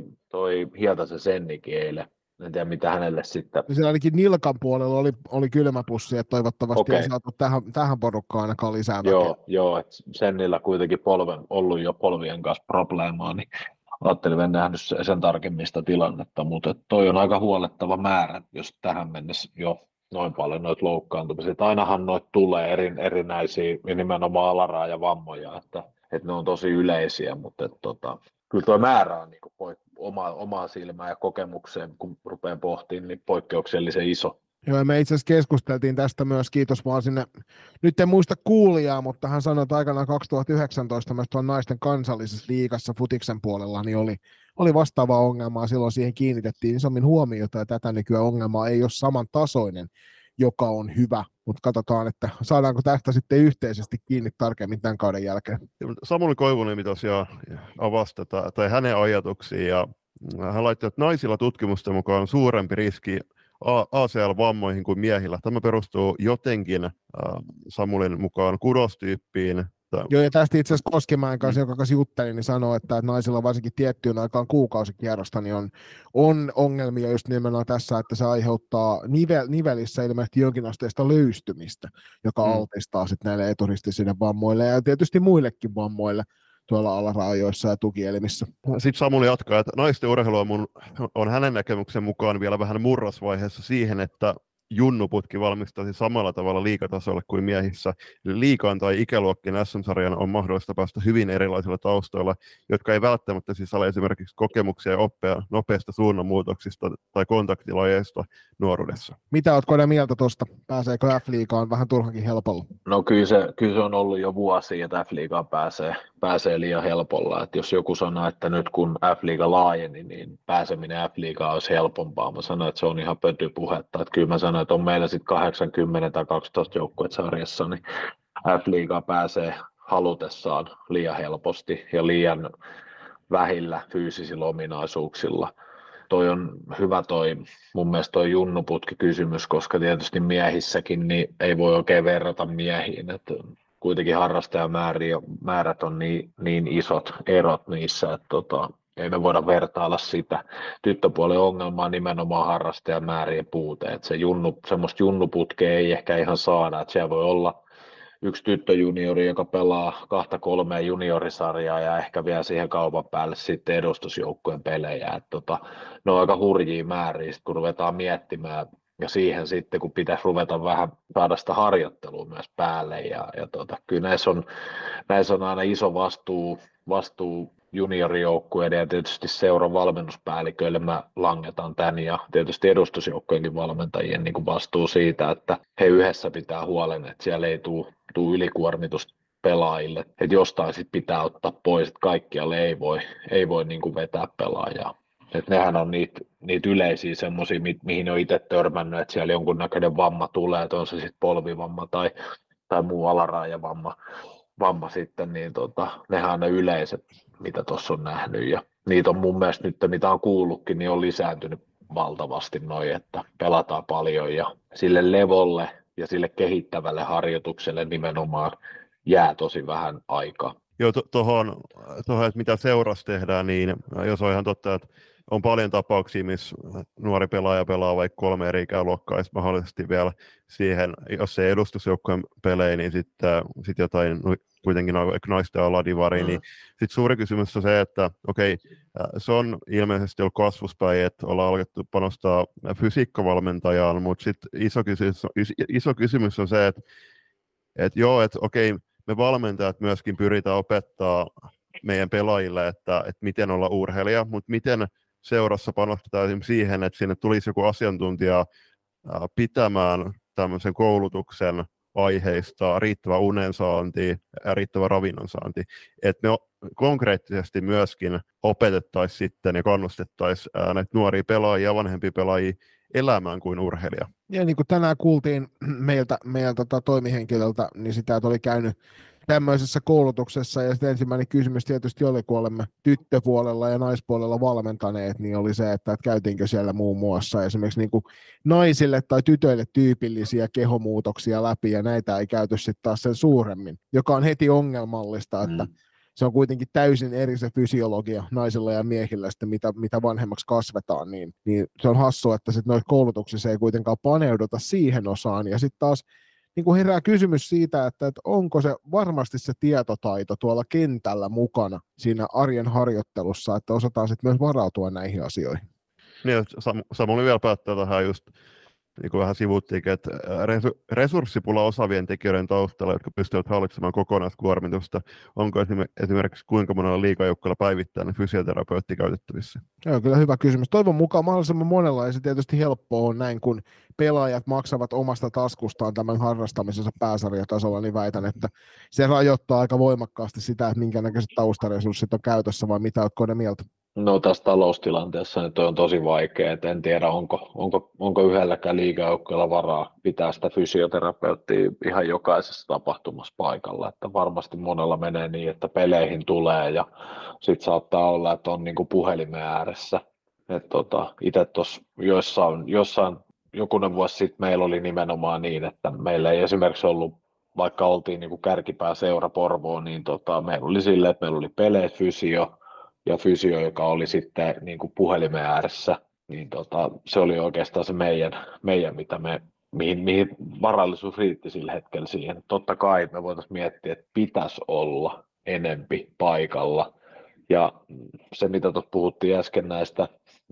toi Hietasen Sennikin eilen. En tiedä, mitä hänelle sitten. Siellä ainakin nilkan puolella oli kylmäpussi, että toivottavasti ei saatu tähän porukkaan ainakaan lisää väkeä. Joo, että Sennillä kuitenkin ollut jo polvien kanssa probleemaa, niin ajattelin, en nähnyt sen tarkemmin sitä tilannetta, mutta toi on aika huolettava määrä, jos tähän mennessä jo noin paljon noita loukkaantumisia. Ainahan noita tulee erinäisiä, nimenomaan alarajavammoja, että ne on tosi yleisiä, mutta kyllä tuo määrä on niin omaa silmää ja kokemukseen, kun rupean pohtimaan, niin poikkeuksellisen iso. Joo, ja me itse asiassa keskusteltiin tästä myös, kiitos vaan sinne, nyt en muista kuulijaa, mutta hän sanoi, että aikanaan 2019 myös tuolla naisten kansallisessa liigassa futiksen puolella niin oli vastaavaa ongelmaa, silloin siihen kiinnitettiin isommin huomiota, ja tätä nykyään ongelmaa ei ole samantasoinen, joka on hyvä, mutta katsotaan, että saadaanko tästä sitten yhteisesti kiinni tarkemmin tämän kauden jälkeen. Samuli Koivuniemi tosiaan avasi tai hänen ajatuksia, ja hän laittoi, että naisilla tutkimusten mukaan on suurempi riski ACL-vammoihin kuin miehillä. Tämä perustuu jotenkin Samulin mukaan kudostyyppiin. Joo, ja tästä itse asiassa Koskimäen kanssa, joka kanssa jutteli, niin sanoo, että naisilla varsinkin tiettyyn aikaan kuukausikierrosta niin on ongelmia just nimenomaan tässä, että se aiheuttaa nivelissä ilmeisesti jonkinasteista löystymistä, joka altistaa sitten näille eturistisille vammoille ja tietysti muillekin vammoille tuolla alarajoissa ja tukielimissä. Sitten Samuli jatkaa, että naisten urheilu on hänen näkemyksen mukaan vielä vähän murrosvaiheessa siihen, että junnuputki valmistaisi samalla tavalla liigatasolle kuin miehissä. Liigaan tai ikäluokkien SM-sarjan on mahdollista päästä hyvin erilaisilla taustoilla, jotka ei välttämättä sisällä esimerkiksi kokemuksia ja oppia nopeista suunnanmuutoksista tai kontaktilajeista nuoruudessa. Mitä oletko ne mieltä tuosta? Pääseekö F-liigaan vähän turhankin helpolla? No kyllä se on ollut jo vuosia, että F-liigaan pääsee liian helpolla. Että jos joku sanoo, että nyt kun F-liiga laajeni, niin pääseminen F-liigaan olisi helpompaa. Mä sanoin, että se on ihan pötypuhetta. Että kyllä mä sanoin, että on meillä sitten 80 tai 12 joukkuetta sarjassa, niin F-liigaa pääsee halutessaan liian helposti ja liian vähillä fyysisillä ominaisuuksilla. Toi on hyvä mun mielestä toi junnuputki-kysymys, koska tietysti miehissäkin niin ei voi oikein verrata miehiin, että kuitenkin harrastajamäärät on niin isot erot niissä, että ei me voida vertailla sitä. Tyttöpuolen ongelmaa nimenomaan harrastajamäärien puute, että semmoista junnuputkea ei ehkä ihan saada, että siellä voi olla yksi tyttöjuniori, joka pelaa 2-3 juniorisarjaa ja ehkä vielä siihen kaupan päälle sitten edustusjoukkueen pelejä. Että ne on aika hurjia määriä, kun ruvetaan miettimään ja siihen sitten, kun pitäisi ruveta vähän saada sitä harjoittelua myös päälle. Kyllä näissä on aina iso vastuu juniorijoukkueiden ja tietysti seuran valmennuspäälliköille mä langetan tämän ja tietysti edustusjoukkueenkin valmentajien niin kuin vastuu siitä, että he yhdessä pitää huolen, että siellä ei tule ylikuormitusta pelaajille, että jostain sit pitää ottaa pois, että kaikkialle ei voi niin kuin vetää pelaajaa. Että nehän on niitä yleisiä semmoisia, mihin on itse törmännyt, että siellä jonkunnäköinen vamma tulee, että on se sitten polvivamma tai muu alarajavamma sitten, niin nehän on ne yleiset, mitä tuossa on nähnyt, ja niitä on mun mielestä nyt, mitä on kuullutkin, niin on lisääntynyt valtavasti noin, että pelataan paljon, ja sille levolle ja sille kehittävälle harjoitukselle nimenomaan jää tosi vähän aikaa. Joo, tuohon, että mitä seurassa tehdään, niin jos on ihan totta, että on paljon tapauksia, missä nuori pelaaja pelaa vaikka 3 eri ikäluokkaa, ja mahdollisesti vielä siihen, jos ei edustusjoukkueen pelejä, niin sitten jotain kuitenkin naisten aladivari, niin sitten suuri kysymys on se, että okei, se on ilmeisesti ollut kasvuspäin, että ollaan alkettu panostaa fysiikkavalmentajaan, mutta sitten iso kysymys on se, että okei, me valmentajat myöskin pyritään opettaa meidän pelaajille, että miten olla urheilija, mutta miten seurassa panostetaan esimerkiksi siihen, että sinne tulisi joku asiantuntija pitämään tämmöisen koulutuksen aiheista riittävä unensaanti ja riittävä ravinnonsaanti, että me konkreettisesti myöskin opetettaisiin sitten ja kannustettaisiin näitä nuoria pelaajia ja vanhempia pelaajia elämään kuin urheilija. Ja niin kuin tänään kuultiin meiltä toimihenkilöltä, niin sitä oli käynyt tämmöisessä koulutuksessa, ja sitten ensimmäinen kysymys tietysti oli, kun olemme tyttöpuolella ja naispuolella valmentaneet, niin oli se, että käytiinkö siellä muun muassa esimerkiksi niin kuin naisille tai tytöille tyypillisiä kehomuutoksia läpi, ja näitä ei käyty sitten taas sen suuremmin, joka on heti ongelmallista, että se on kuitenkin täysin eri se fysiologia naisilla ja miehillä, sitten mitä vanhemmaksi kasvetaan, niin se on hassua, että sitten noissa koulutuksissa ei kuitenkaan paneuduta siihen osaan, ja sitten taas niin kuin herää kysymys siitä, että onko se varmasti se tietotaito tuolla kentällä mukana siinä arjen harjoittelussa, että osataan sitten myös varautua näihin asioihin. Niin, Samuli vielä päättää tähän just, niin kuin vähän sivuttiinkin, että resurssipula osaavien tekijöiden taustalla, jotka pystyvät hallitsemaan kokonaiskuormitusta, onko esimerkiksi kuinka monella liigajoukkueella päivittäinen fysioterapeutti käytettävissä? Joo, kyllä hyvä kysymys. Toivon mukaan mahdollisimman monella, ja se tietysti helppoa on näin, kun pelaajat maksavat omasta taskustaan tämän harrastamisensa pääsarjatasolla, niin väitän, että se rajoittaa aika voimakkaasti sitä, että minkä näköiset taustaresurssit on käytössä, vai mitä oletko ne mieltä? No tässä taloustilanteessa niin toi on tosi vaikea, että en tiedä onko yhdelläkään liigajoukkueella varaa pitää sitä fysioterapeuttia ihan jokaisessa tapahtumassa paikalla, että varmasti monella menee niin, että peleihin tulee ja sitten saattaa olla, että on niinku puhelimen ääressä. Itse tuossa jossain jokunen vuosi sitten meillä oli nimenomaan niin, että meillä ei esimerkiksi ollut, vaikka oltiin niinku kärkipää seura Porvoon, niin meillä oli silleen, että meillä oli peleissä fysio, joka oli sitten niin kuin puhelimen ääressä, niin se oli oikeastaan se meidän mihin varallisuus riitti sillä hetkellä siihen. Totta kai me voitaisiin miettiä, että pitäisi olla enempi paikalla. Ja se, mitä tuossa puhuttiin äsken näistä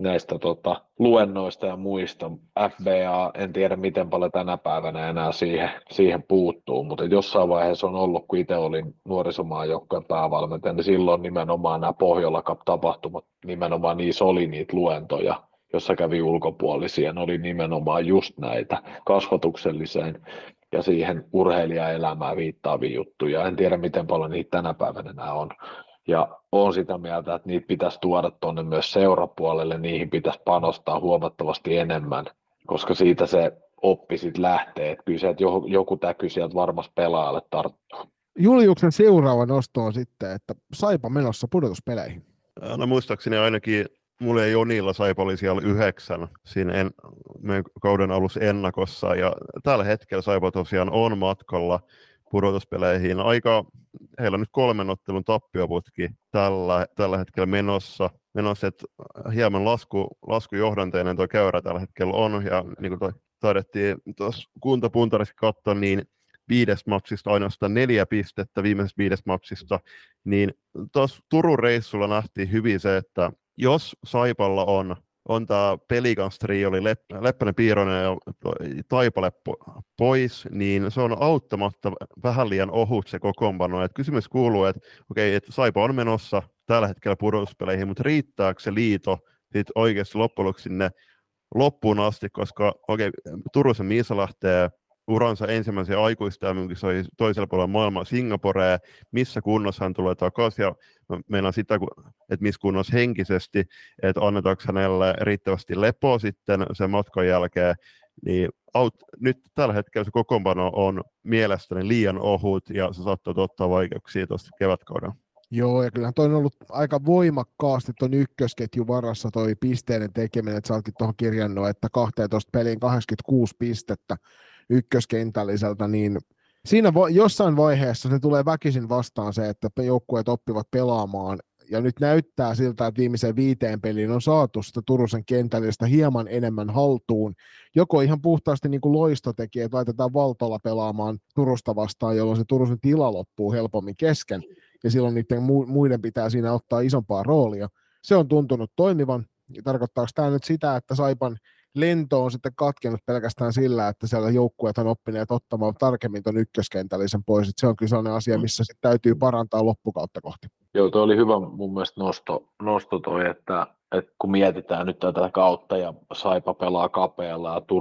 luennoista ja muista, FBA, en tiedä miten paljon tänä päivänä enää siihen puuttuu, mutta jossain vaiheessa on ollut, kun itse olin nuorisomaajoukkojen päävalmentaja, niin silloin nimenomaan nämä Pohjola Cup-tapahtumat, nimenomaan niissä oli niitä luentoja, jossa kävi ulkopuolisia, ne oli nimenomaan just näitä kasvatukselliseen ja siihen urheilijaelämään viittaavia juttuja. En tiedä, miten paljon niitä tänä päivänä nämä on. Ja olen sitä mieltä, että niitä pitäisi tuoda tuonne myös seurapuolelle, niihin pitäisi panostaa huomattavasti enemmän, koska siitä se oppi sitten lähtee. Että kyllä se, että joku täky sieltä varmasti pelaajalle tarttuu. Juliuksen seuraava nosto on sitten, että Saipa menossa pudotuspeleihin. No muistaakseni ainakin mulla ja Jonilla Saipa oli siellä 9 siinä meidän kauden alussa ennakossa, ja tällä hetkellä Saipa tosiaan on matkalla pudotuspeleihin. Heillä on nyt 3 ottelun tappioputki tällä hetkellä menossa, että hieman laskujohdanteinen tuo käyrä tällä hetkellä on, ja niin kuin taidettiin tuossa kuntapuntarissa katsoa, niin 5 matsista ainoastaan 4 pistettä viimeisestä 5 matsista, niin tuossa Turun reissulla nähtiin hyvin se, että jos Saipalla on tämä Pelikans-trio, oli Leppänen, Piironen ja Taipale pois, niin se on auttamatta vähän liian ohut se kokoonpano. Et kysymys kuuluu, että okei, että Saipa on menossa tällä hetkellä pudotuspeleihin, mutta riittääkö se liito oikeasti loppujen lopuksi sinne loppuun asti, koska Turusen Miisa lähtee uransa ensimmäisen aikuistämykisoihin toisella puolella maailmaa Singaporeen, missä kunnossa hän tulee takaisin, ja meinaan sitä, että missä kunnossa henkisesti, että annetaanko hänelle riittävästi lepoa sitten sen matkan jälkeen, niin nyt tällä hetkellä se kokoonpano on mielestäni liian ohut, ja se saattaa ottaa vaikeuksia tuosta kevätkaudella. Joo, ja kyllähän toi on ollut aika voimakkaasti tuon ykkösketjun varassa toi pisteiden tekeminen, että sä ootkin tuohon kirjannut, että 12 peliin 86 pistettä ykköskentälliseltä, niin siinä jossain vaiheessa se tulee väkisin vastaan se, että joukkueet oppivat pelaamaan, ja nyt näyttää siltä, että viimeiseen 5 peliin on saatu sitä Turusen kentällistä hieman enemmän haltuun, joko ihan puhtaasti niin kuin Loisto teki, että laitetaan Valtola pelaamaan Turusta vastaan, jolloin se Turusen tila loppuu helpommin kesken, ja silloin niiden muiden pitää siinä ottaa isompaa roolia. Se on tuntunut toimivan. Tarkoittaako tämä nyt sitä, että Saipan lento on sitten katkenut pelkästään sillä, että siellä joukkueet on oppineet ottamaan tarkemmin tuon ykköskentällisen pois. Että se on kyllä sellainen asia, missä sitten täytyy parantaa loppukautta kohti. Joo, toi oli hyvä mun mielestä nosto toi, että kun mietitään nyt tätä kautta ja Saipa pelaa kapealla ja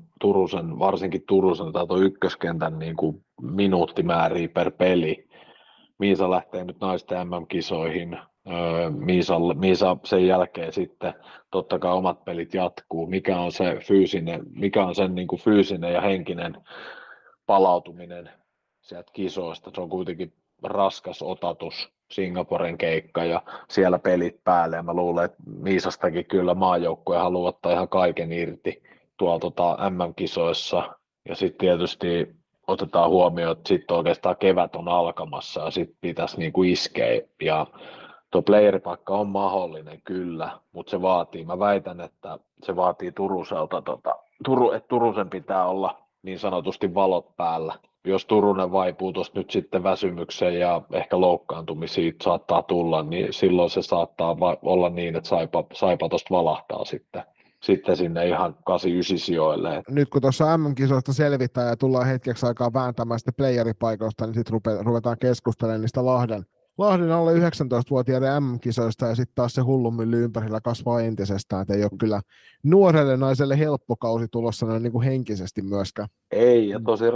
varsinkin Turusen tai tuo ykköskentän niin kuin minuuttimääriä per peli. Miisa lähtee nyt naisten MM-kisoihin. Miisa sen jälkeen sitten totta kai omat pelit jatkuu. Mikä on sen niin kuin fyysinen ja henkinen palautuminen sieltä kisoista. Se on kuitenkin raskas otatus, Singaporen keikka ja siellä pelit päälle. Ja mä luulen, että Miisastakin kyllä maajoukkue haluaa ottaa ihan kaiken irti tuolta MM-kisoissa. Ja sitten tietysti otetaan huomioon, että sitten oikeastaan kevät on alkamassa ja sitten pitäisi niinku iskeä. Ja tuo playeripaikka on mahdollinen kyllä, mutta se vaatii, mä väitän, että se vaatii Turuselta, että Turusen pitää olla niin sanotusti valot päällä. Jos Turunen vaipuu tuosta nyt sitten väsymykseen ja ehkä loukkaantumisiin saattaa tulla, niin silloin se saattaa olla niin, että Saipa tuosta valahtaa sitten sinne ihan 8-9 sijoille. Nyt kun tuossa MM-kisoista selvitään ja tullaan hetkeksi aikaa vääntämään sitten playeripaikoista, niin sitten ruvetaan keskustelemaan niistä Lahden alle 19-vuotiaiden MM-kisoista ja sitten taas se hullunmylly ympärillä kasvaa entisestään, että ei ole kyllä nuorelle naiselle helppo kausi tulossa noin niin kuin henkisesti myöskään. Ei, ja tosi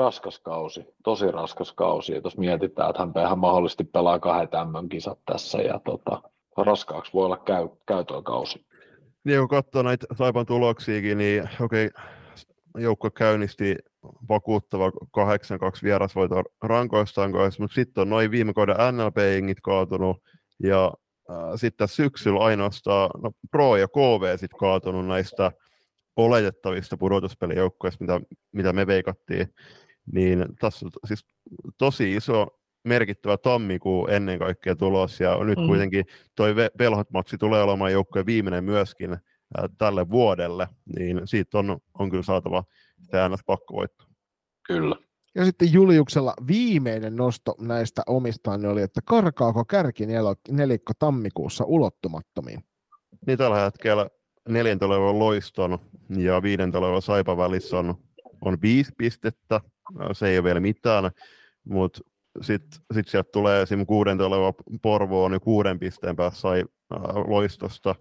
raskas kausi. Ja jos mietitään, että hän mahdollisesti pelaa 2 MM-kisat tässä ja raskaaksi voi olla käytön kausi. Niin kun katsoo näitä Saipan tuloksiakin, niin okei, joukkue käynnisti vakuuttava 8-2 vierasvoiton rankoistaan, mutta sitten on noin viime kauden NLP-jengit kaatunut, ja sitten syksyllä ainoastaan Pro ja KV sitten kaatunut näistä oletettavista pudotuspelijoukkueista, mitä me veikattiin, niin tässä on siis tosi iso merkittävä tammikuu ennen kaikkea tulos, ja nyt kuitenkin toi Velhot-matsi tulee olemaan joukkueen viimeinen myöskin tälle vuodelle, niin siitä on kyllä saatava se NS-pakkovoitto. Kyllä. Ja sitten Juliuksella viimeinen nosto näistä omistaan niin oli, että karkaako kärkinelikko tammikuussa ulottumattomiin? Niin tällä hetkellä 4. olevan Loiston ja 5. olevan Saipan välissä on 5 pistettä, se ei ole vielä mitään, mutta sitten sieltä tulee esimerkiksi 6. oleva Porvoo on jo 6 pisteen päässä sai Loistosta.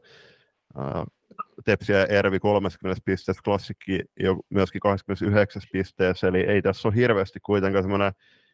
Tepsi ja Ervi 30 pisteessä, Klassikki jo myöskin 29 pisteessä, eli ei tässä ole hirveästi kuitenkaan semmoinen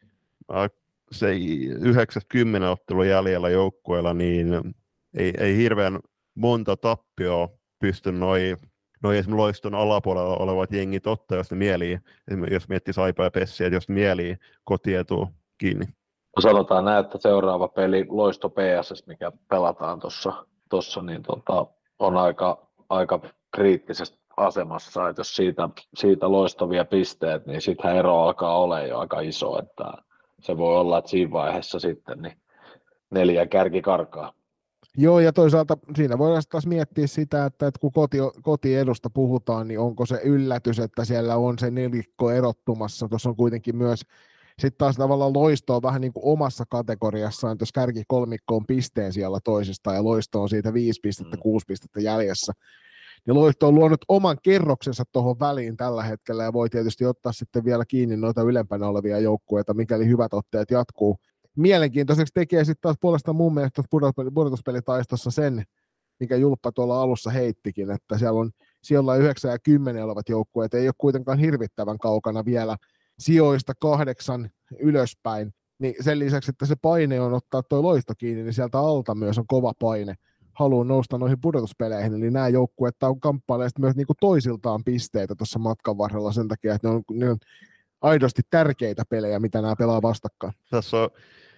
se 90 ottelun jäljellä joukkueella, niin ei hirveän monta tappioa pysty noi esimerkiksi Loiston alapuolella olevat jengit ottaa, jos ne mielii, jos miettii Saipa ja Pessi, että jos ne mielii kotietua kiinni. Sanotaan näin, että seuraava peli Loisto PSS, mikä pelataan tuossa niin on aika kriittisessä asemassa, että jos siitä Loistovia pisteet, niin sittenhän ero alkaa olla jo aika iso, että se voi olla, että siinä vaiheessa sitten niin 4 kärki karkaa. Joo, ja toisaalta siinä voidaan taas miettiä sitä, että kun kotiedusta puhutaan, niin onko se yllätys, että siellä on se nelikko erottumassa. Tuossa on kuitenkin myös sitten taas tavallaan Loisto on vähän niin kuin omassa kategoriassaan, jos kärkikolmikko on pisteen siellä toisesta ja Loisto on siitä 5 pistettä, 6 pistettä jäljessä. Niin Loisto on luonut oman kerroksensa tuohon väliin tällä hetkellä ja voi tietysti ottaa sitten vielä kiinni noita ylempänä olevia joukkueita, mikäli hyvät otteet jatkuu. Mielenkiintoiseksi tekee sitten taas puolestaan mun mielestä pudotuspelitaistossa sen, mikä Julppa tuolla alussa heittikin, että siellä on 9 ja 10 olevat joukkueet, ei ole kuitenkaan hirvittävän kaukana vielä sijoista 8 ylöspäin, niin sen lisäksi, että se paine on ottaa tuo Loisto kiinni, niin sieltä alta myös on kova paine, haluaa nousta noihin pudotuspeleihin, eli nämä joukkueet kamppailevat myös niinku toisiltaan pisteitä tuossa matkan varrella sen takia, että ne on aidosti tärkeitä pelejä, mitä nämä pelaa vastakkain. Tässä on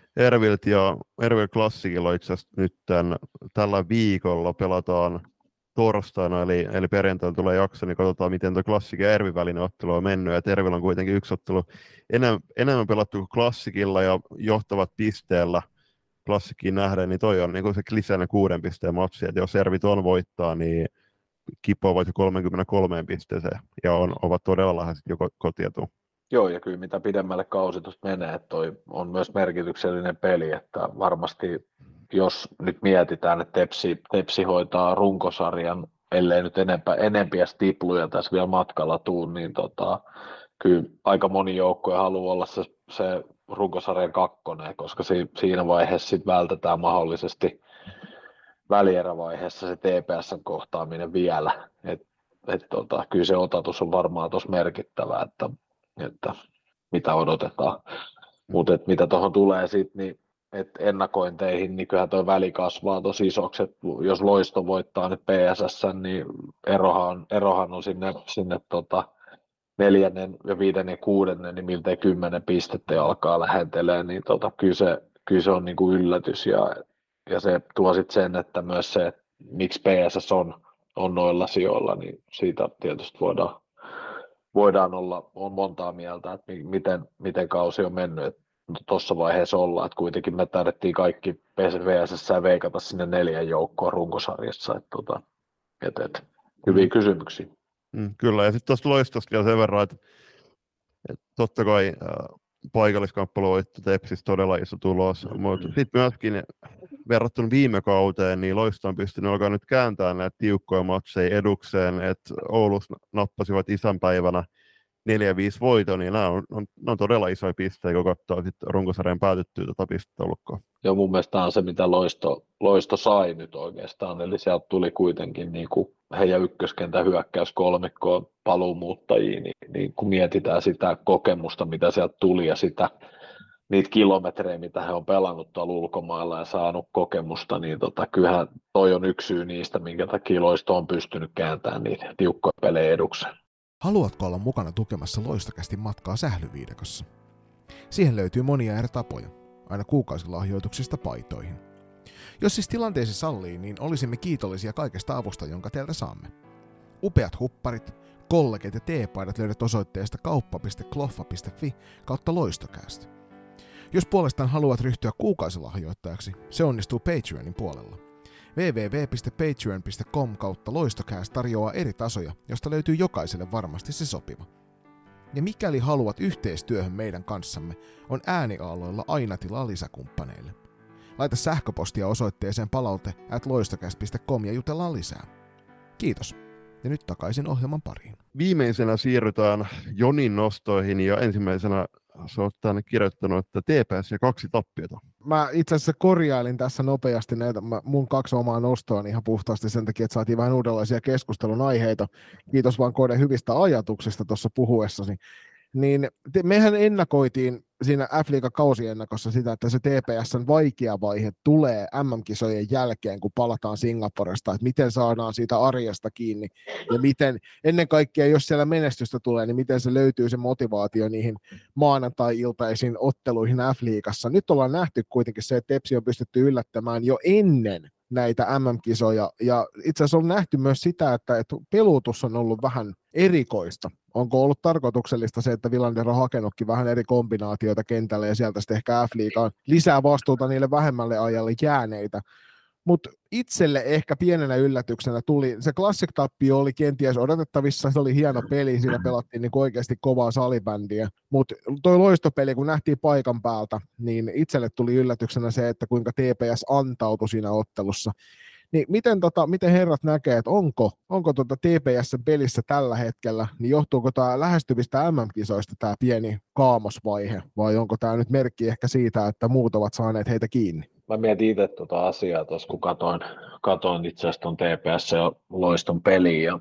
Ervil Klassikilla itse asiassa nyt tällä viikolla pelataan torstaina, eli perjantaina tulee jakso, niin katsotaan, miten tuo Klassikin ja Ervin välinen ottelu on mennyt. Et Ervillä on kuitenkin yksi ottelu enemmän pelattu kuin Klassikilla ja johtavat pisteellä Klassikkiin nähden, niin toi on niin se lisäinen 6 pisteen matsi. Et jos Ervi ton voittaa, niin kipoavat jo 33 pisteeseen ja ovat todella läheiset jo kotietuun. Joo, ja kyllä mitä pidemmälle kausi tuosta menee, että toi on myös merkityksellinen peli, että varmasti jos nyt mietitään, että Tepsi hoitaa runkosarjan, ellei nyt enempiä stipluja tässä vielä matkalla tuu, niin kyllä aika moni joukkue haluaa olla se runkosarjan 2, koska siinä vaiheessa sit vältetään mahdollisesti välierävaiheessa se TPS:n kohtaaminen vielä. Kyllä se otatus on varmaan tuossa merkittävä, että mitä odotetaan. Mutta mitä tuohon tulee sitten, niin ennakointeihin, niin kyllähän tuo väli kasvaa tosi isoksi, että jos Loisto voittaa nyt PSS, niin erohan on sinne 4. ja 5. ja 6. niin miltei 10 pistettä ja alkaa lähentelee, niin kyllä se on niin kuin yllätys ja se tuo sitten sen, että myös se, että miksi PSS on noilla sijoilla, niin siitä tietysti voidaan olla montaa mieltä, että miten kausi on mennyt. Tuossa vaiheessa ollaan, että kuitenkin me tarvittiin kaikki PSS veikata sinne 4 joukkoon runkosarjassa. Että hyviä kysymyksiä. Kyllä, ja sitten tuosta Loistosta vielä sen verran, että totta kai paikalliskamppailuvoitto Tepsissä todella iso tulos, mutta sitten myöskin verrattuna viime kauteen, niin Loisto on pystynyt alkaa nyt kääntämään näitä tiukkoja matseja edukseen, että Oulussa nappasivat isänpäivänä 4-5 voiton, niin nämä on todella isoja pisteitä, kun katsoo runkosarjan päätyttyä tätä pistetaulukkoa. Joo, mun mielestä tämä on se, mitä Loisto sai nyt oikeastaan, eli sieltä tuli kuitenkin niin kuin heidän ykköskentän hyökkäyskolmikkoon paluumuuttajia, niin kun mietitään sitä kokemusta, mitä sieltä tuli ja niitä kilometrejä, mitä he on pelannut tuolla ulkomailla ja saanut kokemusta, niin kyllähän toi on yksi syy niistä, minkä takia Loisto on pystynyt kääntämään niitä tiukkoja pelejä edukseen. Haluatko olla mukana tukemassa Loistokästin matkaa sählyviidakossa? Siihen löytyy monia eri tapoja, aina kuukausilahjoituksista paitoihin. Jos siis tilanteesi sallii, niin olisimme kiitollisia kaikesta avusta, jonka teiltä saamme. Upeat hupparit, kollegit ja teepaidat löydät osoitteesta kauppa.kloffa.fi/loistokäst. Jos puolestaan haluat ryhtyä kuukausilahjoittajaksi, se onnistuu Patreonin puolella. www.patreon.com/loistokäst tarjoaa eri tasoja, josta löytyy jokaiselle varmasti se sopiva. Ja mikäli haluat yhteistyöhön meidän kanssamme, on ääniaaloilla aina tilaa lisäkumppaneille. Laita sähköpostia osoitteeseen palaute@loistokäst.com ja jutellaan lisää. Kiitos. Ja nyt takaisin ohjelman pariin. Viimeisenä siirrytään Jonin nostoihin ja ensimmäisenä sä oot tänne kirjoittanut, että TPS ja 2 tappiota. Mä itse asiassa korjailin tässä nopeasti näitä mun 2 omaa nostoa ihan puhtaasti sen takia, että saatiin vähän uudenlaisia keskustelun aiheita. Kiitos vaan Kode hyvistä ajatuksista tuossa puhuessasi. Niin mehän ennakoitiin siinä F-liigan kausiennakossa sitä, että se TPS:n vaikea vaihe tulee MM-kisojen jälkeen, kun palataan Singaporesta, että miten saadaan siitä arjesta kiinni ja miten ennen kaikkea, jos siellä menestystä tulee, niin miten se löytyy se motivaatio niihin maanantai-iltaisiin otteluihin F-liigassa. Nyt ollaan nähty kuitenkin se, että Tepsi on pystytty yllättämään jo ennen näitä MM-kisoja, ja itse asiassa on nähty myös sitä, että pelutus on ollut vähän erikoista. Onko ollut tarkoituksellista se, että Villander on hakenutkin vähän eri kombinaatioita kentälle, ja sieltä sitten ehkä F-liigaan lisää vastuuta niille vähemmälle ajalle jääneitä. Mutta itselle ehkä pienenä yllätyksenä tuli, se Classic-tappio oli kenties odotettavissa, se oli hieno peli, siinä pelattiin niin oikeasti kovaa salibändiä, mutta toi loistopeli, kun nähtiin paikan päältä, niin itselle tuli yllätyksenä se, että kuinka TPS antautui siinä ottelussa. Niin miten herrat näkee, että onko TPS:n pelissä tällä hetkellä, niin johtuuko tämä lähestyvistä MM-kisoista tämä pieni kaamosvaihe, vai onko tämä nyt merkki ehkä siitä, että muut ovat saaneet heitä kiinni? Mä mietin itse asiaa tuossa, kun katoin itse asiassa tuon TPS ja Loiston peliin,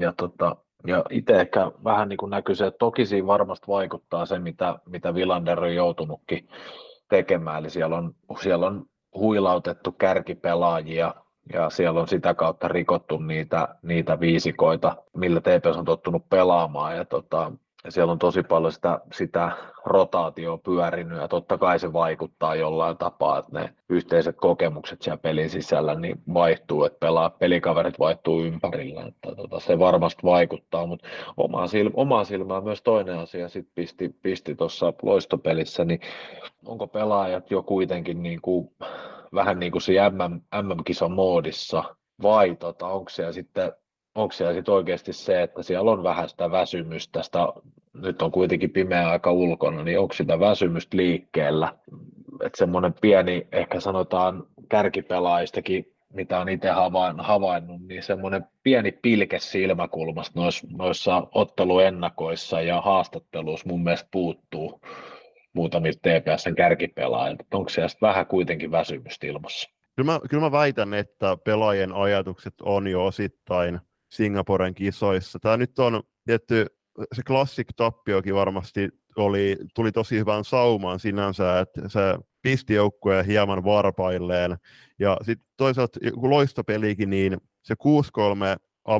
ja itse ehkä vähän niin kuin näkyy se, että toki siinä varmasti vaikuttaa se, mitä Villander on joutunutkin tekemään, eli siellä on huilautettu kärkipelaajia, ja siellä on sitä kautta rikottu niitä viisikoita, millä TPS on tottunut pelaamaan, ja siellä on tosi paljon sitä rotaatioa pyörinyt, ja totta kai se vaikuttaa jollain tapaa, että ne yhteiset kokemukset siellä pelin sisällä niin vaihtuu, että pelikaverit vaihtuu ympärillä, että se varmasti vaikuttaa, mutta omaa silmää myös toinen asia sitten pisti tuossa loistopelissä, niin onko pelaajat jo kuitenkin niin kuin, vähän niin kuin siinä MM-kisan moodissa, vai onko siellä sitten oikeasti se, että siellä on vähän sitä väsymystä, nyt on kuitenkin pimeä aika ulkona, niin onko sitä väsymystä liikkeellä? Että semmoinen pieni, ehkä sanotaan kärkipelaajistakin, mitä on itse havainnut, niin semmoinen pieni pilke silmäkulmasta noissa otteluennakoissa ja haastatteluissa mun mielestä puuttuu muutamilta TPS:n kärkipelaajilta. Onko siellä vähän kuitenkin väsymystä ilmassa? Kyllä mä väitän, että pelaajien ajatukset on jo osittain Singaporen kisoissa. Tämä nyt on tietty, se Classic-tappiokin varmasti tuli tosi hyvän saumaan sinänsä, että se pisti joukkueen hieman varpailleen. Ja sitten toisaalta kun loistopelikin, niin se 6-3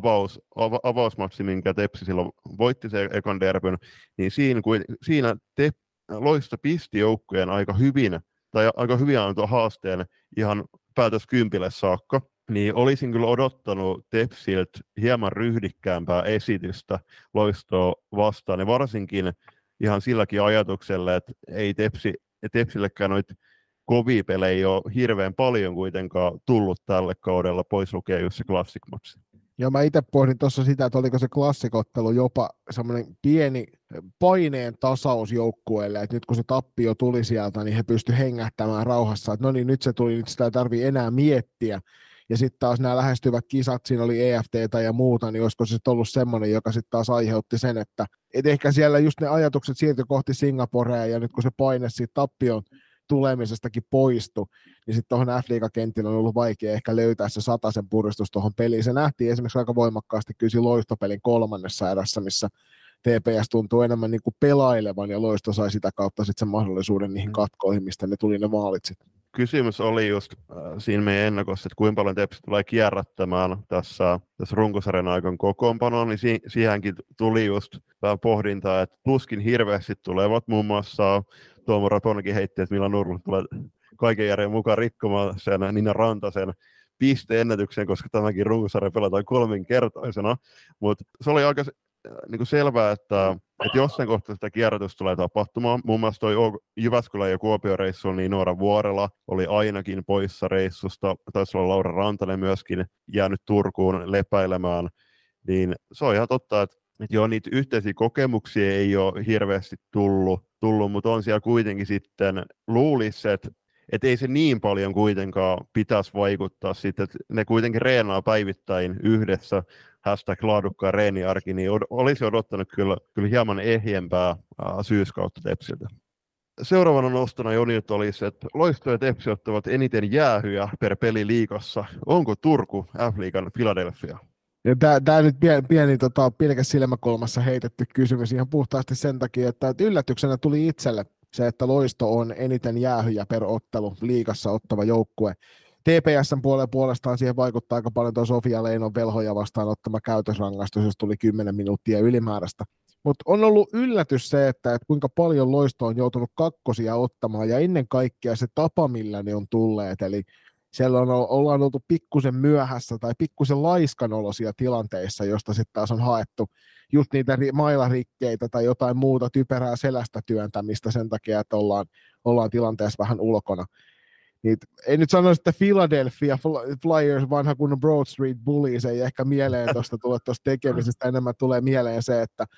avausmatsi, minkä Tepsi silloin voitti se ekan derbyn, niin siinä Loisto pisti joukkueen aika hyvin, tai aika hyvin antoi haasteen ihan päätöskympille saakka. Niin olisin kyllä odottanut Tepsiltä hieman ryhdikkäämpää esitystä Loistoa vastaan, ja varsinkin ihan silläkin ajatuksella, että ei Tepsillekään noita kovia pelejä ole hirveän paljon kuitenkaan tullut tälle kaudella, pois lukee just se Classic-matsi. Joo, mä itse pohdin tuossa sitä, että oliko se klassikottelu jopa semmoinen pieni paineen tasaus joukkueelle, että nyt kun se tappio tuli sieltä, niin he pystyivät hengähtämään rauhassa, että no niin, nyt se tuli, nyt sitä ei tarvitse enää miettiä. Ja sitten taas nämä lähestyvät kisat, siinä oli EFT:tä ja muuta, niin olisiko se sitten ollut semmoinen, joka sitten taas aiheutti sen, että ehkä siellä just ne ajatukset siirtyi kohti Singaporea, ja nyt kun se paine siitä tappion tulemisestakin poistui, niin sitten tuohon F-liigakentillä on ollut vaikea ehkä löytää se 100 puristus tuohon peliin. Se nähtiin esimerkiksi aika voimakkaasti kyllä Loistopelin 3. erässä, missä TPS tuntuu enemmän niin kuin pelailevan, ja Loisto sai sitä kautta sitten sen mahdollisuuden niihin katkoihin, mistä ne tuli ne maalit sitten. Kysymys oli just siinä meidän ennakossa, että kuinka paljon Tepsi tulee kierrättämään tässä runkosarjan aikana kokoonpanoon, niin siihenkin tuli just vähän pohdintaa, että tuskin hirveästi tulevat muun muassa Tuomo Ratonenkin heitti, että Milan Nurmela tulee kaiken järjen mukaan rikkomaan sen Nina Rantasen pisteennätyksen, koska tämäkin runkosarja pelataan 3-kertaisena, mutta se oli aika niin kuin selvää, että jossain kohtaa sitä kierrätystä tulee tapahtumaan. Muun muassa toi Jyväskylän ja Kuopion reissu, niin Noora Vuorela oli ainakin poissa reissusta. Taisi olla Laura Rantanen myöskin jäänyt Turkuun lepäilemään. Niin se on ihan totta, että joo, niitä yhteisiä kokemuksia ei ole hirveästi tullut, mutta on siellä kuitenkin sitten luulisi, että ei se niin paljon kuitenkaan pitäisi vaikuttaa sitten, että ne kuitenkin reenaa päivittäin yhdessä, #laadukkaan reeniarki, niin olisi odottanut kyllä hieman ehjempää syyskautta Tepsiltä. Seuraavana nostona Jonilta olisi, että Loisto ja Tepsi ottavat eniten jäähyjä per peli liigassa. Onko Turku F-liigan Philadelphia? Tämä nyt pieni pilkäs silmäkulmassa heitetty kysymys ihan puhtaasti sen takia, että yllätyksenä tuli itselle se, että Loisto on eniten jäähyjä per ottelu liigassa ottava joukkue. TPS:n puolestaan siihen vaikuttaa aika paljon tuo Sofia Leinon velhoja vastaan ottama käytösrangaistus, jos tuli 10 minuuttia ylimääräistä. Mutta on ollut yllätys se, että kuinka paljon Loisto on joutunut kakkosia ottamaan, ja ennen kaikkea se tapa, millä ne on tulleet. Eli siellä ollaan oltu pikkusen myöhässä tai pikkusen laiskanolosia tilanteissa, josta sitten taas on haettu just niitä mailarikkeitä tai jotain muuta typerää selästä työntämistä sen takia, että ollaan tilanteessa vähän ulkona. Niin, ei nyt sanoisi, että Philadelphia Flyers, vanha kunnon Broad Street Bullies, ei ehkä mieleen tuosta tule tuosta tekemisestä, enemmän tulee mieleen se, että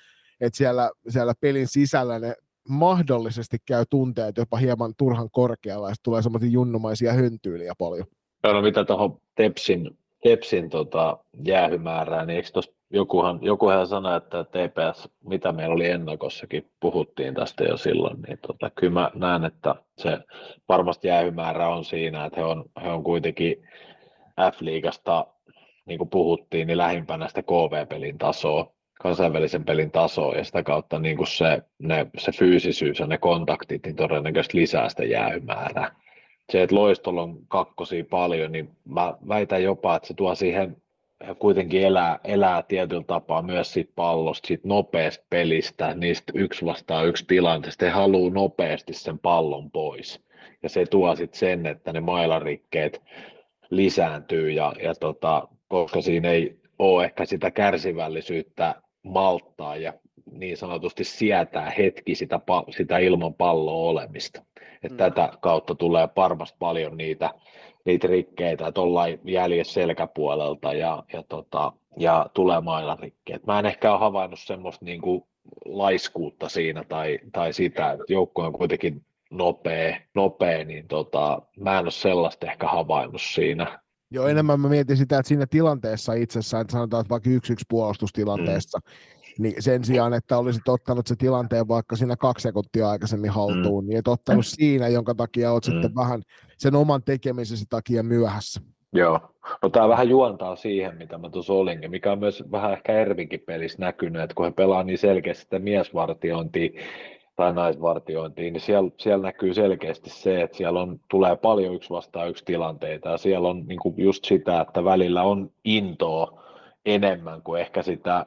siellä pelin sisällä ne mahdollisesti käy tunteet jopa hieman turhan korkealla, ja tulee semmoisia junnumaisia höntyyliä paljon. No mitä tuohon Tepsin jäähymäärään, niin eikö tuossa jokuhan sanoi, että TPS, mitä meillä oli ennakossakin, puhuttiin tästä jo silloin, niin kyllä mä näen, että se varmasti jäähymäärä on siinä, että he on kuitenkin F-liigasta, niin kuin puhuttiin, niin lähimpänä sitä KV-pelin tasoa, kansainvälisen pelin tasoa, ja sitä kautta niin kuin se fyysisyys ja ne kontaktit niin todennäköisesti lisää sitä jäähymäärää. Se, että Loistolla on kakkosia paljon, niin mä väitän jopa, että se tuo siihen kuitenkin elää tietyllä tapaa myös siitä pallosta, siitä nopeasta pelistä, niistä 1-1 tilanteesta. He haluaa nopeasti sen pallon pois. Ja se tuo sitten sen, että ne mailarikkeet lisääntyy, koska siinä ei ole ehkä sitä kärsivällisyyttä malttaa ja niin sanotusti sietää hetki sitä ilman palloa olemista. Tätä kautta tulee varmasti paljon niitä rikkeitä, että ollaan jäljessä selkäpuolelta ja tulee mailarikkeet. Mä en ehkä ole havainnut semmoista niin kuin laiskuutta siinä tai sitä, että joukko on kuitenkin nopea niin mä en ole sellaista ehkä havainnut siinä. Joo, enemmän mä mietin sitä, että siinä tilanteessa itsessään, että sanotaan, että vaikka 1-1 puolustustilanteessa, niin sen sijaan, että olisit ottanut se tilanteen vaikka siinä 2 sekuntia aikaisemmin haltuun, niin et ottanut siinä, jonka takia olet sitten vähän sen oman tekemisesi takia myöhässä. Joo, no tämä vähän juontaa siihen, mitä mä tuossa olinkin, mikä on myös vähän ehkä Ervinkin pelissä näkynyt, että kun he pelaa niin selkeästi sitä miesvartiointia tai naisvartiointiin, niin siellä näkyy selkeästi se, että siellä tulee paljon 1-vastaan-1 tilanteita, ja siellä on niin kuin just sitä, että välillä on intoa enemmän kuin ehkä sitä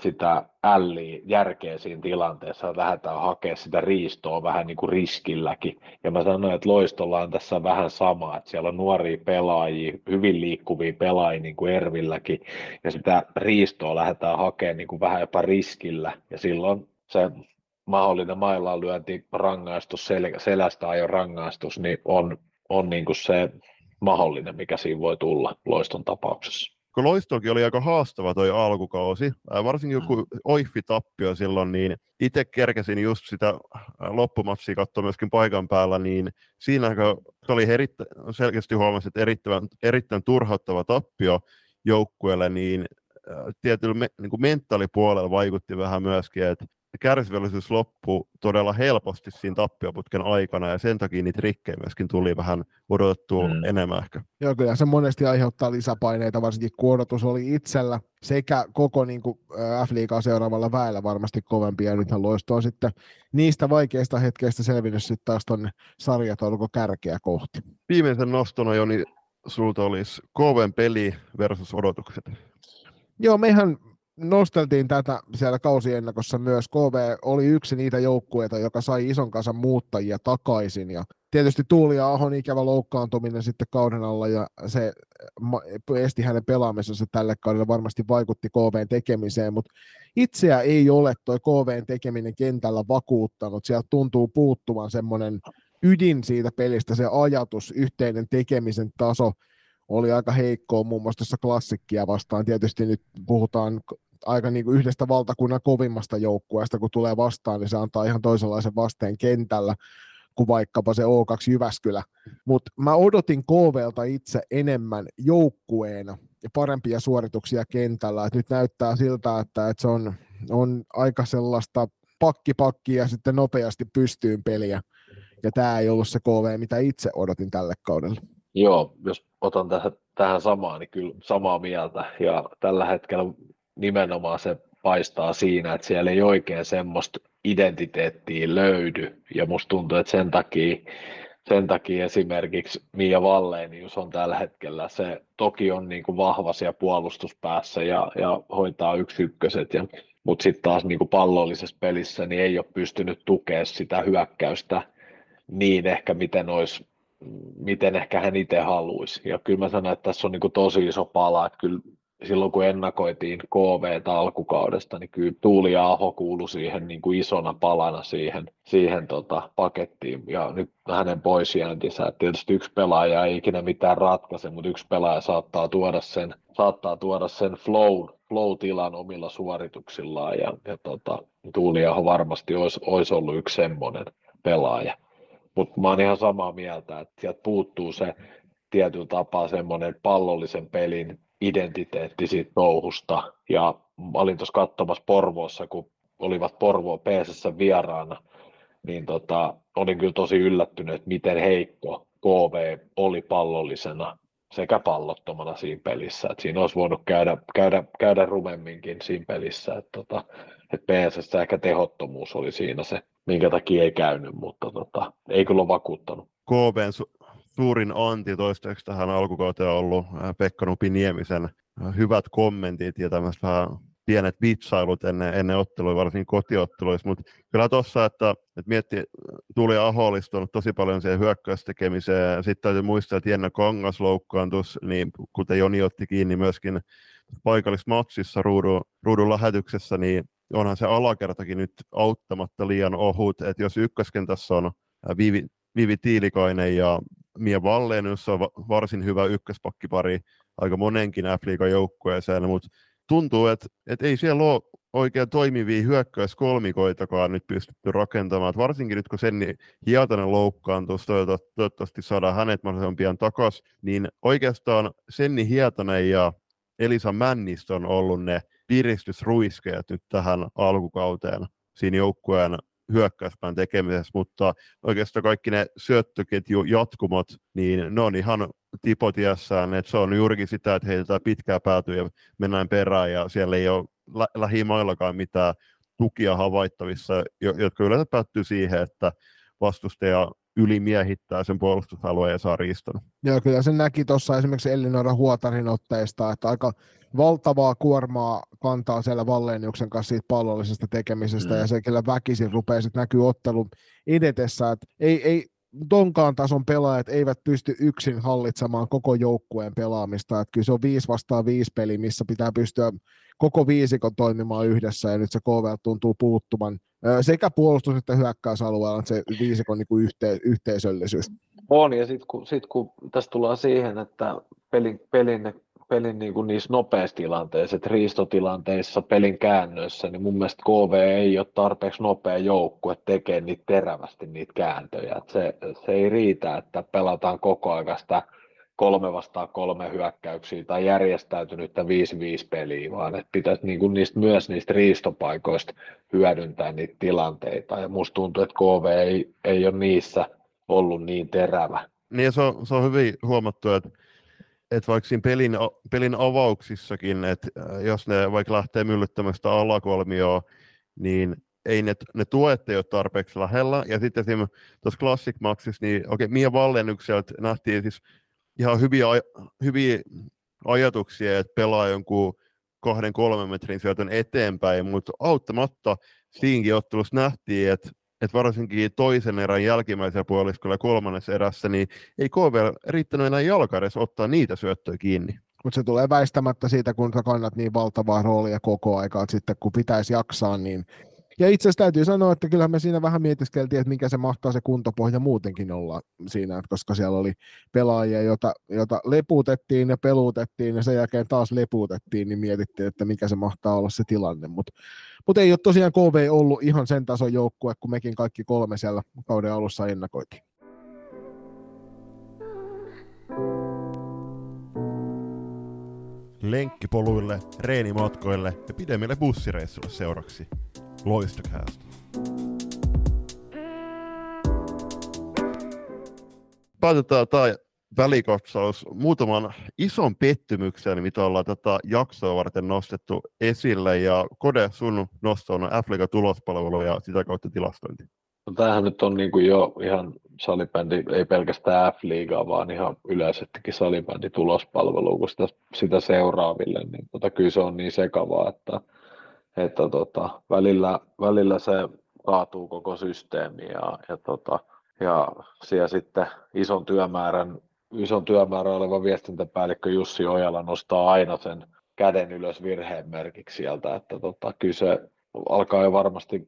älliä, järkeä siinä tilanteessa, että lähdetään hakemaan sitä riistoa vähän niin kuin riskilläkin. Ja mä sanoin, että Loistolla on tässä vähän sama, että siellä on nuoria pelaajia, hyvin liikkuvia pelaajia niin kuin Ervilläkin, ja sitä riistoa lähdetään hakemaan niin kuin vähän jopa riskillä, ja silloin se mahdollinen mailaan lyönti, rangaistus, selästä ajon rangaistus, niin on niin kuin se mahdollinen, mikä siinä voi tulla Loiston tapauksessa. Kun Loistollakin oli aika haastava toi alkukausi, varsinkin joku Oiffi-tappio silloin, niin itse kerkesin just sitä loppumatsia katsoa myöskin paikan päällä, niin siinä se oli selkeästi huomasi, että erittäin turhauttava tappio joukkueelle, niin tietyllä niin kuin mentaalipuolella vaikutti vähän myöskin, että kärsivällisyys loppui todella helposti siinä tappioputken aikana, ja sen takia niitä rikkejä myöskin tuli vähän odotettua enemmän ehkä. Joo, kyllä se monesti aiheuttaa lisäpaineita, varsinkin kun odotus oli itsellä sekä koko niin kuin F-liigaa seuraavalla väellä varmasti kovempi, ja nythän Loisto on sitten niistä vaikeista hetkeistä selvinnyt sitten taas tuonne sarjataulukon kärkeä kohti. Viimeisen nostona, Joni, sulta olisi KV:n peli versus odotukset. Joo, mehän nosteltiin tätä siellä kausiennakossa myös. KV oli yksi niitä joukkueita, joka sai ison kasan muuttajia takaisin, ja tietysti Tuuli ja Ahon ikävä loukkaantuminen sitten kauden alla, ja se esti hänen pelaamisensa tälle kaudelle, varmasti vaikutti KV:n tekemiseen, mutta itseä ei ole toi KV:n tekeminen kentällä vakuuttanut. Sieltä tuntuu puuttuvan semmoinen ydin siitä pelistä, se ajatus, yhteinen tekemisen taso oli aika heikkoa muun muassa tuossa Klassikkia vastaan. Tietysti nyt puhutaan aika niin kuin yhdestä valtakunnan kovimmasta joukkueesta, kun tulee vastaan, niin se antaa ihan toisenlaisen vasteen kentällä kuin vaikkapa se O2 Jyväskylä. Mutta mä odotin KV:lta itse enemmän joukkueena ja parempia suorituksia kentällä. Et nyt näyttää siltä, että se on aika sellaista pakki ja sitten nopeasti pystyyn peliä. Ja tämä ei ollut se KV, mitä itse odotin tälle kaudelle. Joo, jos otan tähän samaan, niin kyllä samaa mieltä. Ja tällä hetkellä nimenomaan se paistaa siinä, että siellä ei oikein semmoista identiteettiä löydy. Ja musta tuntuu, että sen takia esimerkiksi Mia Wallenius on tällä hetkellä, se toki on niin kuin vahva siellä puolustuspäässä ja hoitaa 1-1, mutta sitten taas niin kuin pallollisessa pelissä niin ei ole pystynyt tukemaan sitä hyökkäystä niin ehkä miten ehkä hän itse haluaisi. Ja kyllä mä sanon, että tässä on niin kuin tosi iso pala, että kyllä silloin kun ennakoitiin KV:tä alkukaudesta, niin kyllä Tuuli ja Aho kuului siihen niin kuin isona palana siihen pakettiin, ja nyt hänen poisjääntinsä, että tietysti yksi pelaaja ei ikinä mitään ratkaise, mutta yksi pelaaja saattaa tuoda sen flow-tilan omilla suorituksillaan, ja Tuuli ja Aho varmasti olisi ollut yksi semmoinen pelaaja. Mutta mä oon ihan samaa mieltä, että sieltä puuttuu se tietyllä tapaa semmoinen pallollisen pelin identiteetti siitä touhusta. Ja mä olin tuossa katsomassa Porvoossa, kun olivat Porvoo PS:ssä vieraana, niin olin kyllä tosi yllättynyt, että miten heikko KV oli pallollisena sekä pallottomana siinä pelissä. Et siinä olisi voinut käydä rumemminkin siinä pelissä. Että PS:ssä ehkä tehottomuus oli siinä se, minkä takia ei käynyt, mutta ei kyllä ole vakuuttanut. KV:n suurin anti toistaiseksi tähän alkukauteen on ollut Pekka Nupi-Niemisen hyvät kommentit ja tämmöiset vähän pienet vitsailut ennen otteluja, varsinkin kotiotteluissa, mutta kyllä tuossa, että miettii, Tuuli Aho olisi tuonut tosi paljon siihen hyökkäystekemiseen, ja sitten täytyy muistaa, että Jenna Kangas loukkaantus, niin kuten Joni otti kiinni myöskin paikallismatsissa ruudun lähetyksessä, niin onhan se alakertakin nyt auttamatta liian ohut, että jos ykköskentässä on Vivi Tiilikainen ja Mia Wallenius on varsin hyvä ykköspakkipari aika monenkin F-liigan joukkueeseen, mutta tuntuu, että ei siellä ole oikein toimivia hyökkäyskolmikoitakaan nyt pystytty rakentamaan. Että varsinkin nyt, kun Senni Hietanen loukkaantus, toivottavasti saadaan hänet mahdollisimman pian takaisin, niin oikeastaan Senni Hietanen ja Elisa Männistö on ollut ne piristysruiskeet nyt tähän alkukauteen siinä joukkueen hyökkäyspään tekemisessä, mutta oikeastaan kaikki ne syöttöketjujatkumot, niin ne on ihan tipotiessään, että se on juurikin sitä, että heitetään pitkää päätyä ja mennään perään, ja siellä ei ole lähimaillakaan mitään tukia havaittavissa, jotka yleensä päättyy siihen, että vastustaja ylimiehittää sen puolustusalueen ja saa riiston. Joo, kyllä sen näki tuossa esimerkiksi Ellinora Huotarin otteesta, että aika valtavaa kuormaa kantaa siellä Walleniuksen kanssa siitä pallollisesta tekemisestä, ja se kyllä väkisin rupeaa sitten näkyy ottelun edetessä, että ei tonkaan tason pelaajat eivät pysty yksin hallitsemaan koko joukkueen pelaamista, että kyllä se on 5 vastaan 5 peli, missä pitää pystyä koko viisikon toimimaan yhdessä, ja nyt se KV tuntuu puuttuman sekä puolustus- että hyökkäysalueella se viisikon niin yhteisöllisyys. On, ja sitten kun tässä tullaan siihen, että pelin niin kuin niissä nopeissa tilanteissa, että riistotilanteissa, pelin käännöissä, niin mun mielestä KV ei ole tarpeeksi nopea joukkue tekemään niitä terävästi niitä kääntöjä. Se ei riitä, että pelataan koko ajan sitä 3 vastaan 3 hyökkäyksiä tai järjestäytynyttä 5-5 peliä, vaan että pitäisi niin kuin myös niistä riistopaikoista hyödyntää niitä tilanteita. Ja musta tuntuu, että KV ei ole niissä ollut niin terävä. Niin, se on hyvin huomattu, että vaikka siinä pelin avauksissakin, että jos ne vaikka lähtee myllyttämään sitä alakolmioon, niin ei ne tuet ei ole tarpeeksi lähellä. Ja sitten esimerkiksi tuossa Classic Maxissa, niin Mia Walleniukselta nähtiin siis ihan hyviä ajatuksia, että pelaa jonkun 2-3 metrin syötön eteenpäin, mutta auttamatta siinäkin ottelussa nähtiin, että varsinkin toisen erän jälkimmäisellä puoliskolla ja kolmannessa erässä, niin ei KV riittänyt enää jalka edes ottaa niitä syöttöjä kiinni. Mutta se tulee väistämättä siitä, kun sä kannat niin valtavaa roolia koko aikaa, että sitten kun pitäisi jaksaa, niin... Ja itse asiassa täytyy sanoa, että kyllähän me siinä vähän mietiskeltiin, että mikä se mahtaa se kuntopohja muutenkin olla siinä, että koska siellä oli pelaajia, jota lepuutettiin ja peluutettiin ja sen jälkeen taas lepuutettiin, niin mietittiin, että mikä se mahtaa olla se tilanne. Mutta ei ole tosiaan KV ollut ihan sen tason joukkue, kun mekin kaikki 3 siellä kauden alussa ennakoitiin. Lenkkipoluille, reenimatkoille ja pidemmille bussireissuille seuraksi. Loistocast. Päätetään tämä välikatsaus muutaman ison pettymyksen, mitä ollaan tätä jaksoa varten nostettu esille. Ja Kode, sun nosto on F-liigan tulospalvelu ja sitä kautta tilastointi. No, tämähän nyt on niin kuin jo ihan salibändi, ei pelkästään F-liigaa, vaan ihan yleisettikin salibändi tulospalvelu, kun sitä seuraaville. Niin kyllä se on niin sekavaa, että välillä se kaatuu koko systeemi ja siellä sitten ison työmäärän oleva viestintäpäällikkö Jussi Ojala nostaa aina sen käden ylös virheen merkiksi sieltä, että kyllä se alkaa jo varmasti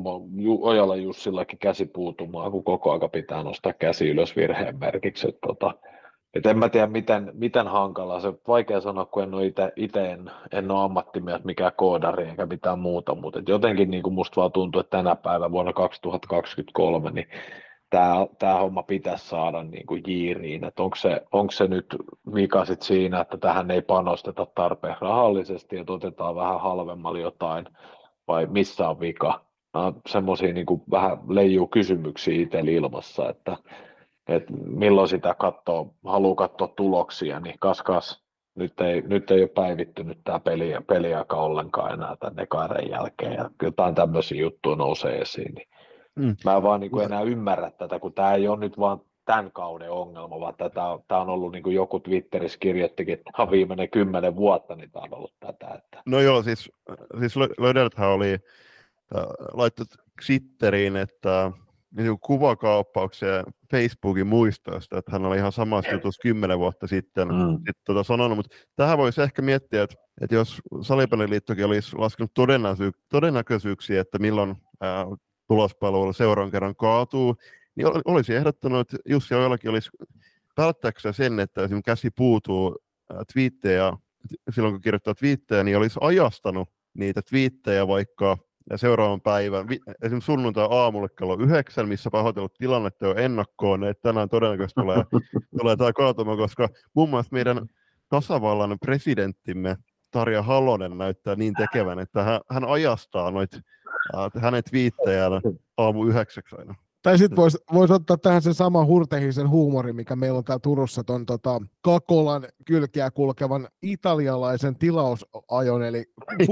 Ojala Jussillakin käsi puutumaan, kun koko aika pitää nostaa käsi ylös virheen merkiksi, että en mä tiedä, miten hankalaa. Se on vaikea sanoa, kun en ole ammattimies, mikä koodari eikä mitään muuta, mutta jotenkin niin kuin musta vaan tuntuu, että tänä päivänä vuonna 2023, niin tämä homma pitäisi saada niin kuin jiiriin. Että onko se nyt vika sit siinä, että tähän ei panosteta tarpeeksi rahallisesti, että otetaan vähän halvemmalla jotain, vai missä on vika? Semmoisia niin kuin vähän leijuu kysymyksiä itsellä ilmassa, että milloin sitä haluaa katsoa tuloksia, niin kas. Nyt ei ole päivittynyt tämä peliaika ollenkaan enää tämän ekaaren jälkeen, ja jotain tämmöisiä juttuja nousee esiin. Niin mä en vaan niin kuin enää ymmärrä tätä, kun tämä ei ole nyt vaan tämän kauden ongelma, vaan tämä on ollut, niin kuin joku Twitterissä kirjoittikin, että viimeinen 10 vuotta niin tämä on ollut tätä. Että... No joo, siis Löderthän oli laittanut Twitteriin, että kuvakaappauksia Facebookin muistoista, että hän oli ihan samassa jutussa 10 vuotta sitten sanonut, mutta tähän voisi ehkä miettiä, että jos Salibändiliittokin olisi laskenut todennäköisyyksiä, että milloin tulospalvelu seuraavan kerran kaatuu, niin olisi ehdottanut, että Jussi Ojalakin olisi välttääkseen sen, että esimerkiksi käsi puutuu twiittejä, silloin kun kirjoittaa twiittejä, niin olisi ajastanut niitä twiittejä vaikka seuraavan päivän, esimerkiksi sunnuntai aamulle kello 9, missä pahoitellut tilannetta jo ennakkoon, että tänään todennäköisesti tulee tämä kaatuma, koska muun muassa meidän tasavallan presidenttimme Tarja Halonen näyttää niin tekevän, että hän ajastaa hänen twiittejään aamu 9 aina. Tai sitten vois ottaa tähän sen saman hurtehisen huumorin, mikä meillä on täällä Turussa ton Kakolan kylkeä kulkevan italialaisen tilausajon, eli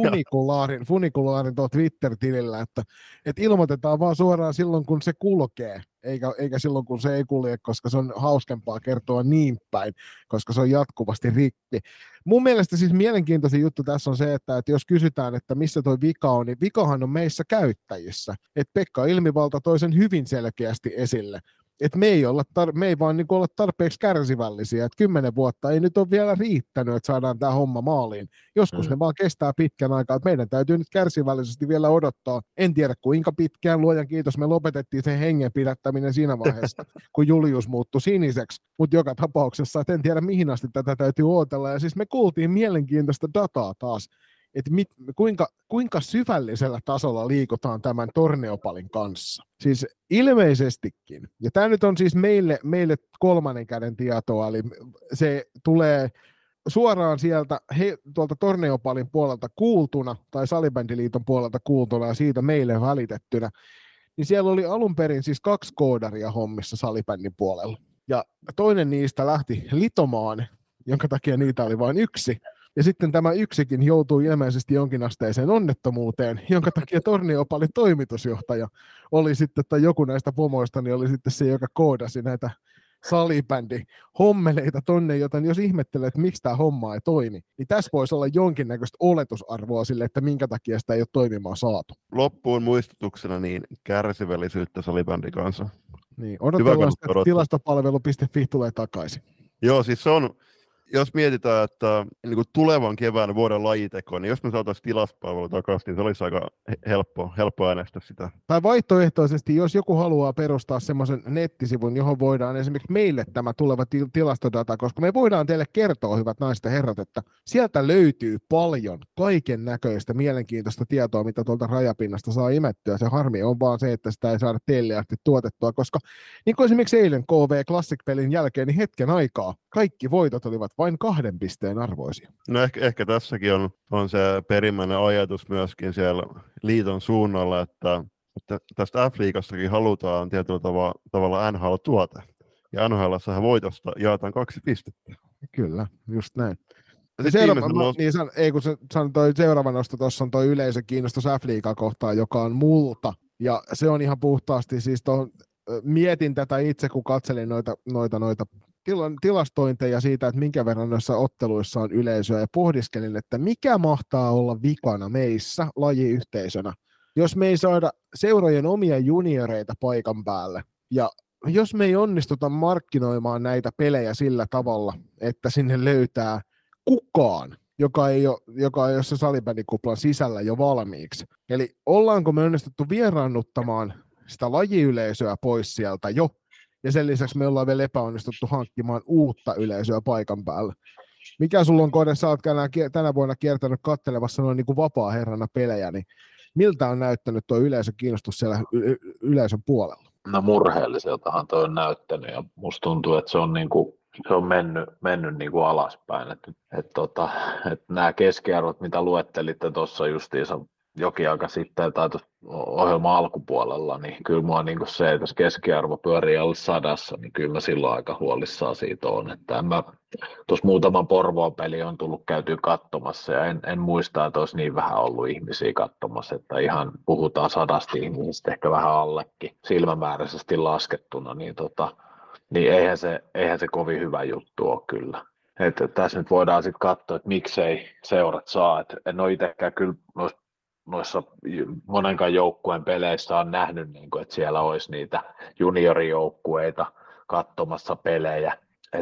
Funikulaarin tuolla Twitter-tilillä, että ilmoitetaan vaan suoraan silloin, kun se kulkee, eikä silloin, kun se ei kulje, koska se on hauskempaa kertoa niin päin, koska se on jatkuvasti rikki. Mun mielestä siis mielenkiintoisin juttu tässä on se, että jos kysytään, että missä toi vika on, niin vikahan on meissä käyttäjissä. Että Pekka Ilmivalta toi sen hyvin selkeästi esille. Että me ei vaan niin olla tarpeeksi kärsivällisiä. Että 10 vuotta ei nyt ole vielä riittänyt, että saadaan tämä homma maaliin. Joskus ne vaan kestää pitkän aikaa. Että meidän täytyy nyt kärsivällisesti vielä odottaa. En tiedä kuinka pitkään, luojan kiitos, me lopetettiin sen hengen pidättäminen siinä vaiheessa, kun Julius muuttui siniseksi. Mutta joka tapauksessa, että en tiedä mihin asti tätä täytyy odotella. Ja siis me kuultiin mielenkiintoista dataa taas, että kuinka syvällisellä tasolla liikutaan tämän Torneopalin kanssa. Siis ilmeisestikin, ja tämä nyt on siis meille kolmannen käden tietoa, eli se tulee suoraan sieltä tuolta Torneopalin puolelta kuultuna, tai Salibändiliiton puolelta kuultuna, ja siitä meille välitettynä, niin siellä oli alun perin siis 2 koodaria hommissa salibändin puolella. Ja toinen niistä lähti litomaan, jonka takia niitä oli vain 1. Ja sitten tämä yksikin joutui ilmeisesti jonkinasteiseen onnettomuuteen, jonka takia Torneopalin toimitusjohtaja oli sitten, tai joku näistä pomoista, niin oli sitten se, joka koodasi näitä salibändi-hommeleita tonne, joten jos ihmettelee, että miksi tämä homma ei toimi, niin tässä voisi olla jonkinnäköistä oletusarvoa sille, että minkä takia sitä ei ole toimimaan saatu. Loppuun muistutuksena niin kärsivällisyyttä salibändin kanssa. Niin, odotellaan sitä, että tilastopalvelu.fi tulee takaisin. Joo, siis se on, jos mietitään, että niin kuin tulevan kevään vuoden lajiteko, niin jos me saataisiin tilaspalvelu takaisin, niin se olisi aika helppo äänestää sitä. Tai vaihtoehtoisesti, jos joku haluaa perustaa semmoisen nettisivun, johon voidaan esimerkiksi meille tämä tuleva tilastodata, koska me voidaan teille kertoa, hyvät naiset ja herrat, että sieltä löytyy paljon kaiken näköistä mielenkiintoista tietoa, mitä tuolta rajapinnasta saa imettyä. Se harmi on vaan se, että sitä ei saada teille asti tuotettua, koska niin kuin esimerkiksi eilen KV Classic-pelin jälkeen, niin hetken aikaa kaikki voitot olivat vain 2 pisteen arvoisia. No ehkä tässäkin on se perimmäinen ajatus myöskin siellä liiton suunnalla, että tästä F-liigastakin halutaan tietyllä tavalla NHL-tuote. Ja NHL:ssähän voitosta jaetaan 2 pistettä. Kyllä, just näin. Seuraava nosto tuossa on toi yleisökiinnostus F-liigaa kohtaan, joka on multa. Ja se on ihan puhtaasti, siis mietin tätä itse, kun katselin noita tilastointeja siitä, että minkä verran noissa otteluissa on yleisöä, ja pohdiskelin, että mikä mahtaa olla vikana meissä lajiyhteisönä, jos me ei saada seurojen omia junioreita paikan päälle, ja jos me ei onnistuta markkinoimaan näitä pelejä sillä tavalla, että sinne löytää kukaan, joka ei ole se salibändikuplan sisällä jo valmiiksi. Eli ollaanko me onnistuttu vieraannuttamaan sitä lajiyleisöä pois sieltä jo, ja sen lisäksi me ollaan vielä epäonnistuttu hankkimaan uutta yleisöä paikan päällä. Mikä sulla on, Kode, sä oot tänä vuonna kiertänyt katselevassa noin niin kuin vapaa-herrana pelejä, niin miltä on näyttänyt tuo yleisön kiinnostus siellä yleisön puolella? No murheelliseltahan toi on näyttänyt, ja musta tuntuu, että se on mennyt niin kuin alaspäin. Että nämä keskiarvot, mitä luettelitte tuossa justiinsa jokin aika sitten tai ohjelman alkupuolella, niin kyllä mua niin se, että jos keskiarvo pyörii alle 100, niin kyllä mä silloin aika huolissaan siitä on. Että tuossa muutaman Porvoon peli on tullut käytyä katsomassa, ja en muista, että olisi niin vähän ollut ihmisiä katsomassa, että ihan puhutaan 100 ihmisistä, ehkä vähän allekin silmämääräisesti laskettuna, niin eihän se kovin hyvä juttu ole kyllä. Että tässä nyt voidaan sitten katsoa, että miksei seurat saa. Et en ole itsekään kyllä noissa monenkaan joukkueen peleissä on nähnyt, että siellä olisi niitä juniorijoukkueita katsomassa pelejä.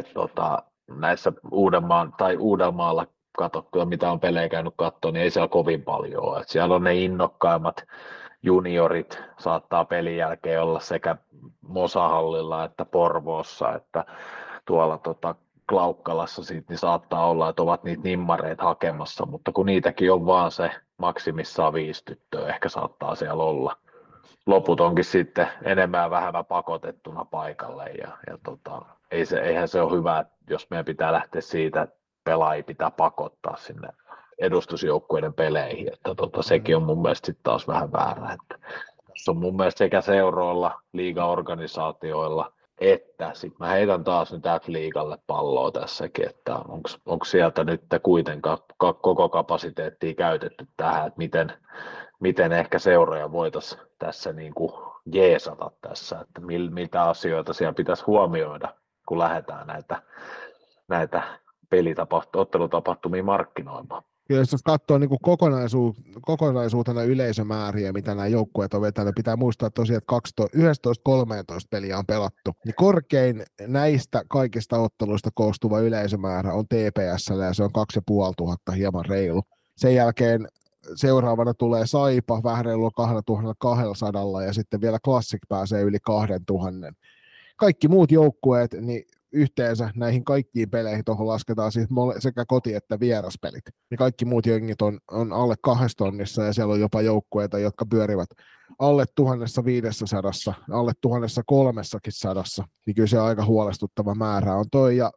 Näissä Uudellamaalla katsottua, mitä on pelejä käynyt katsoa, niin ei siellä kovin paljon ole. Että siellä on ne innokkaimmat juniorit, saattaa pelin jälkeen olla sekä Mosahallilla että Porvoossa, että tuolla Klaukkalassa siitä, niin saattaa olla, että ovat niitä nimmareita hakemassa, mutta kun niitäkin on vaan se maksimissaan 5 tyttöä, ehkä saattaa siellä olla. Loput onkin sitten enemmän ja vähemmän pakotettuna paikalle, ja eihän se ole hyvä, jos meidän pitää lähteä siitä, että pelaajia pitää pakottaa sinne edustusjoukkueiden peleihin, että sekin on mun mielestä sitten taas vähän väärä. Se on mun mielestä sekä seuroilla, liigaorganisaatioilla, että sitten mä heitän taas nyt F-liigalle palloa tässäkin, että onko sieltä nyt kuitenkaan koko kapasiteettia käytetty tähän, että miten ehkä seuroja voitaisiin tässä niin kuin jeesata tässä, että mitä asioita siellä pitäisi huomioida, kun lähdetään näitä ottelutapahtumia markkinoimaan. Kyllä jos katsoo niin kokonaisuutena yleisömääriä, mitä nämä joukkueet on vetänyt, pitää muistaa tosiaan, että 11-13 peliä on pelattu. Niin korkein näistä kaikista otteluista koostuva yleisömäärä on TPS:llä ja se on 2500, hieman reilu. Sen jälkeen seuraavana tulee Saipa vähän reilulla 2200 ja sitten vielä Classic pääsee yli 2000. Kaikki muut joukkueet, niin yhteensä näihin kaikkiin peleihin tuohon lasketaan siis sekä koti- että vieraspelit. Niin kaikki muut jengit on alle 2 tonnissa ja siellä on jopa joukkueita, jotka pyörivät alle 1500, alle 1300, niin kyllä se aika huolestuttava määrä on toi. Ja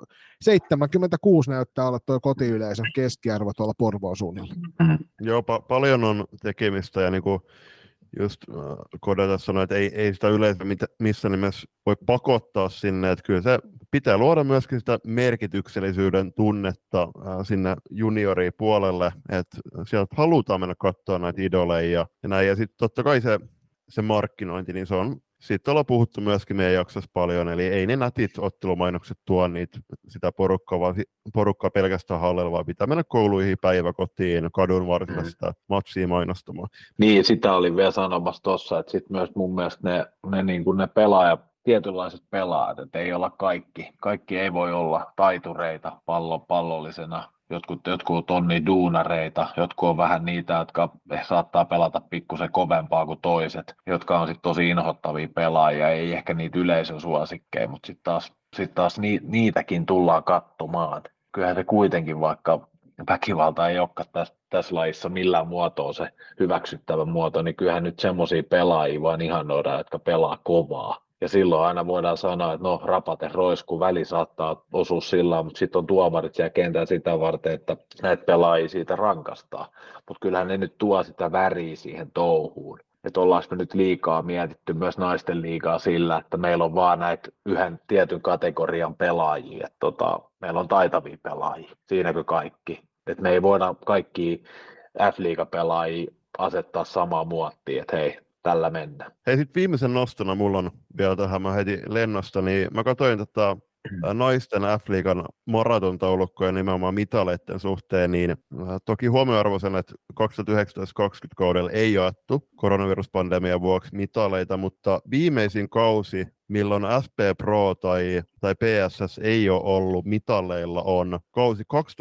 76 näyttää olla tuo kotiyleisön keskiarvo tuolla Porvoon suunnilla. Joo, paljon on tekemistä ja niinku just Kodeta sanoi, että ei sitä yleensä missä nimessä voi pakottaa sinne, että kyllä se pitää luoda myöskin sitä merkityksellisyyden tunnetta sinne junioripuolelle, että sieltä halutaan mennä katsoa näitä idoleja ja näin, ja sitten totta kai se markkinointi, niin se on, siitä ollaan puhuttu myöskin meidän jaksossa paljon, eli ei ne nätit ottelumainokset tuo sitä porukkaa, vaan porukkaa pelkästään hallella, vaan pitää mennä kouluihin, päiväkotiin, kadun varsilla sitä matsia mainostamaan. Niin, sitä olin vielä sanomassa tuossa, että sitten myös mun mielestä ne tietynlaiset pelaajat, että ei olla kaikki ei voi olla taitureita pallollisena. Jotkut on niin duunareita, jotkut on vähän niitä, jotka saattaa pelata pikkusen kovempaa kuin toiset, jotka on sitten tosi inhottavia pelaajia, ei ehkä niitä yleisön suosikkeja, mutta sitten taas niitäkin tullaan katsomaan. Kyllähän se kuitenkin, vaikka väkivalta ei olekaan tässä lajissa millään muotoa se hyväksyttävä muoto, niin kyllähän nyt semmoisia pelaajia vaan ihannoidaan, jotka pelaa kovaa. Ja silloin aina voidaan sanoa, että no rapate roiskuu, väli saattaa osua sillä, mutta sitten on tuomarit siellä kentällä sitä varten, että näitä pelaajia siitä rankastaa. Mutta kyllähän ne nyt tuo sitä väriä siihen touhuun. Että ollaanko me nyt liikaa mietitty myös naisten liigaa sillä, että meillä on vaan näitä yhden tietyn kategorian pelaajia. Että meillä on taitavia pelaajia, siinäkö kaikki. Että me ei voida kaikkia F-liigapelaajia asettaa samaa muottiin, että hei, tällä mennään. Hei, sitten viimeisen nostona mulla on vielä tähän, mä heti lennosta, niin mä katsoin naisten F-liigan maratontaulukkoja nimenomaan mitaleiden suhteen, niin toki huomioarvoisen, että 2019-2020 kaudella ei jaettu koronaviruspandemian vuoksi mitaleita, mutta viimeisin kausi, milloin SP Pro tai PSS ei ole ollut mitaleilla, on kausi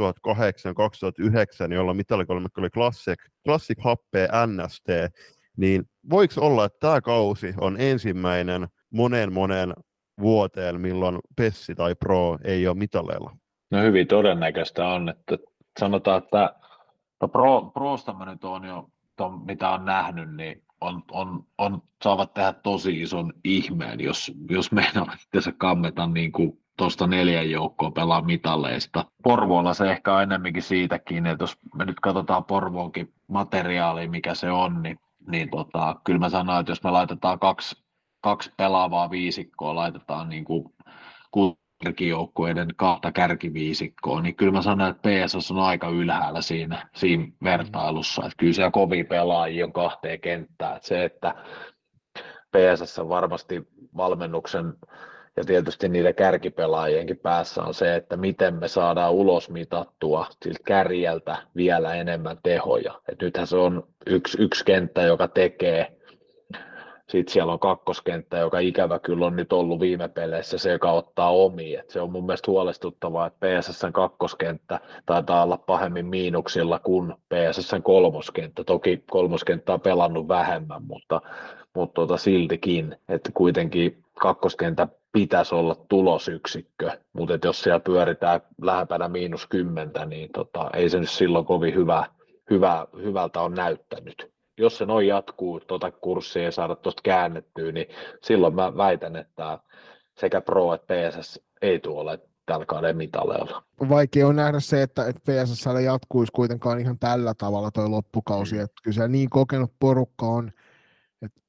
2008-2009, jolloin mitalikolmikko oli Classic Happea NST, niin voiko olla, että tämä kausi on ensimmäinen moneen vuoteen, milloin Pessi tai Pro ei ole mitaleilla? No hyvin todennäköistä on, että sanotaan, että Prosta mä nyt on jo, mitä on nähnyt, niin saavat tehdä tosi ison ihmeen, jos meidän itse kammeta niin kuin tuosta 4 joukkoa pelaa mitaleista. Porvoolla se ehkä on enemmänkin siitäkin, että jos me nyt katsotaan Porvoonkin materiaalia, mikä se on, niin kyllä mä sanon, että jos me laitetaan kaksi pelaavaa viisikkoa, laitetaan niin kuin kärkijoukkueiden 2 kärkiviisikkoa, niin kyllä mä sanon, että PSS on aika ylhäällä siinä vertailussa. Että kyllä siellä kovia pelaajia on 2 kenttää. Että se, että PSS on varmasti valmennuksen ja tietysti niiden kärkipelaajienkin päässä on se, että miten me saadaan ulos mitattua siltä kärjeltä vielä enemmän tehoja. Et nythän se on yksi kenttä, joka tekee. Sitten siellä on 2-kenttä, joka ikävä kyllä on nyt ollut viime peleissä se, joka ottaa omiin. Et se on mun mielestä huolestuttavaa, että PSS:n 2-kenttä taitaa olla pahemmin miinuksilla kuin PSS:n 3-kenttä. Toki 3-kenttä on pelannut vähemmän, mutta siltikin, että kuitenkin 2-kenttä pitäisi olla tulosyksikkö, mutta jos siellä pyöritään lähempänä -10, niin ei se nyt silloin kovin hyvältä on näyttänyt. Jos se noin jatkuu, kurssia ei saada tuosta käännettyä, niin silloin mä väitän, että sekä Pro että PSS ei tule tällä kauden mitaleilla. Vaikea on nähdä se, että PSS jatkuisi kuitenkaan ihan tällä tavalla toi loppukausi. Että kyllä se niin kokenut porukka on, että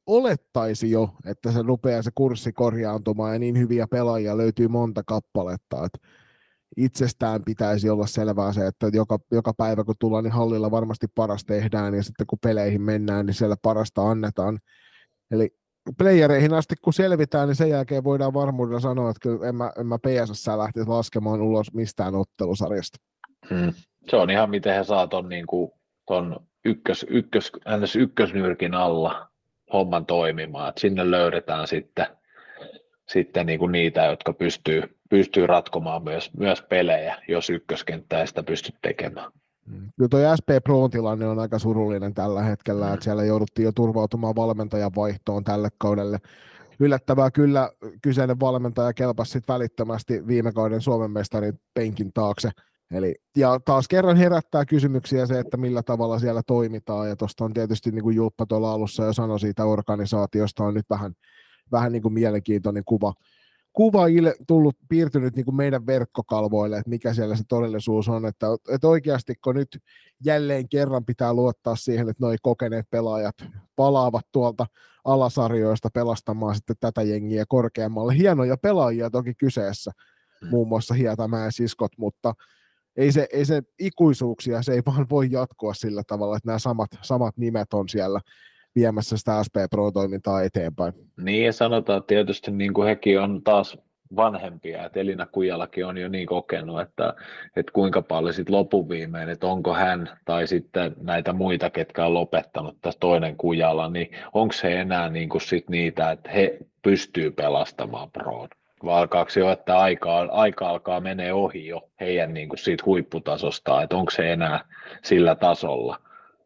olettaisi jo, että se rupeaa se kurssi korjaantumaan ja niin hyviä pelaajia löytyy monta kappaletta, että itsestään pitäisi olla selvää se, että joka päivä kun tullaan, niin hallilla varmasti paras tehdään ja sitten kun peleihin mennään, niin siellä parasta annetaan. Eli playereihin asti kun selvitään, niin sen jälkeen voidaan varmuudella sanoa, että kyllä en mä PSS lähtisi laskemaan ulos mistään ottelusarjasta. Se on ihan miten he saa ton, niinku, ton ykkösnyrkin alla homman toimimaan, että sinne löydetään sitten niinku niitä, jotka pystyy ratkomaan myös pelejä, jos ykköskenttä ei sitä pysty tekemään. Kyllä tuo SP Proon tilanne on aika surullinen tällä hetkellä, että siellä jouduttiin jo turvautumaan valmentajan vaihtoon tälle kaudelle. Yllättävää kyllä kyseinen valmentaja kelpasi sitten välittömästi viime kauden Suomen mestarin penkin taakse. Ja taas kerran herättää kysymyksiä se, että millä tavalla siellä toimitaan, ja tuosta on tietysti, niin kuin Julppa tuolla alussa jo sanoi siitä organisaatiosta, on nyt vähän niin kuin mielenkiintoinen kuva piirtynyt niin kuin meidän verkkokalvoille, että mikä siellä se todellisuus on, että oikeasti kun nyt jälleen kerran pitää luottaa siihen, että noi kokeneet pelaajat palaavat tuolta alasarjoista pelastamaan sitten tätä jengiä korkeammalle. Hienoja pelaajia toki kyseessä, muun muassa Hietamäen siskot, mutta ei se ikuisuuksia, se ei vaan voi jatkua sillä tavalla, että nämä samat nimet on siellä viemässä sitä SP Pro-toimintaa eteenpäin. Niin, ja sanotaan että tietysti niin kuin hekin on taas vanhempia, että Elina Kujalakin on jo niin kokenut, että kuinka paljon sitten lopuviimein, että onko hän tai sitten näitä muita, ketkä on lopettanut tässä toinen Kujala, niin onko se enää niin kuin sit niitä, että he pystyy pelastamaan Proon? Vai alkaako jo, että aika alkaa menee ohi jo heidän niin kuin siitä huipputasosta, että onko se enää sillä tasolla?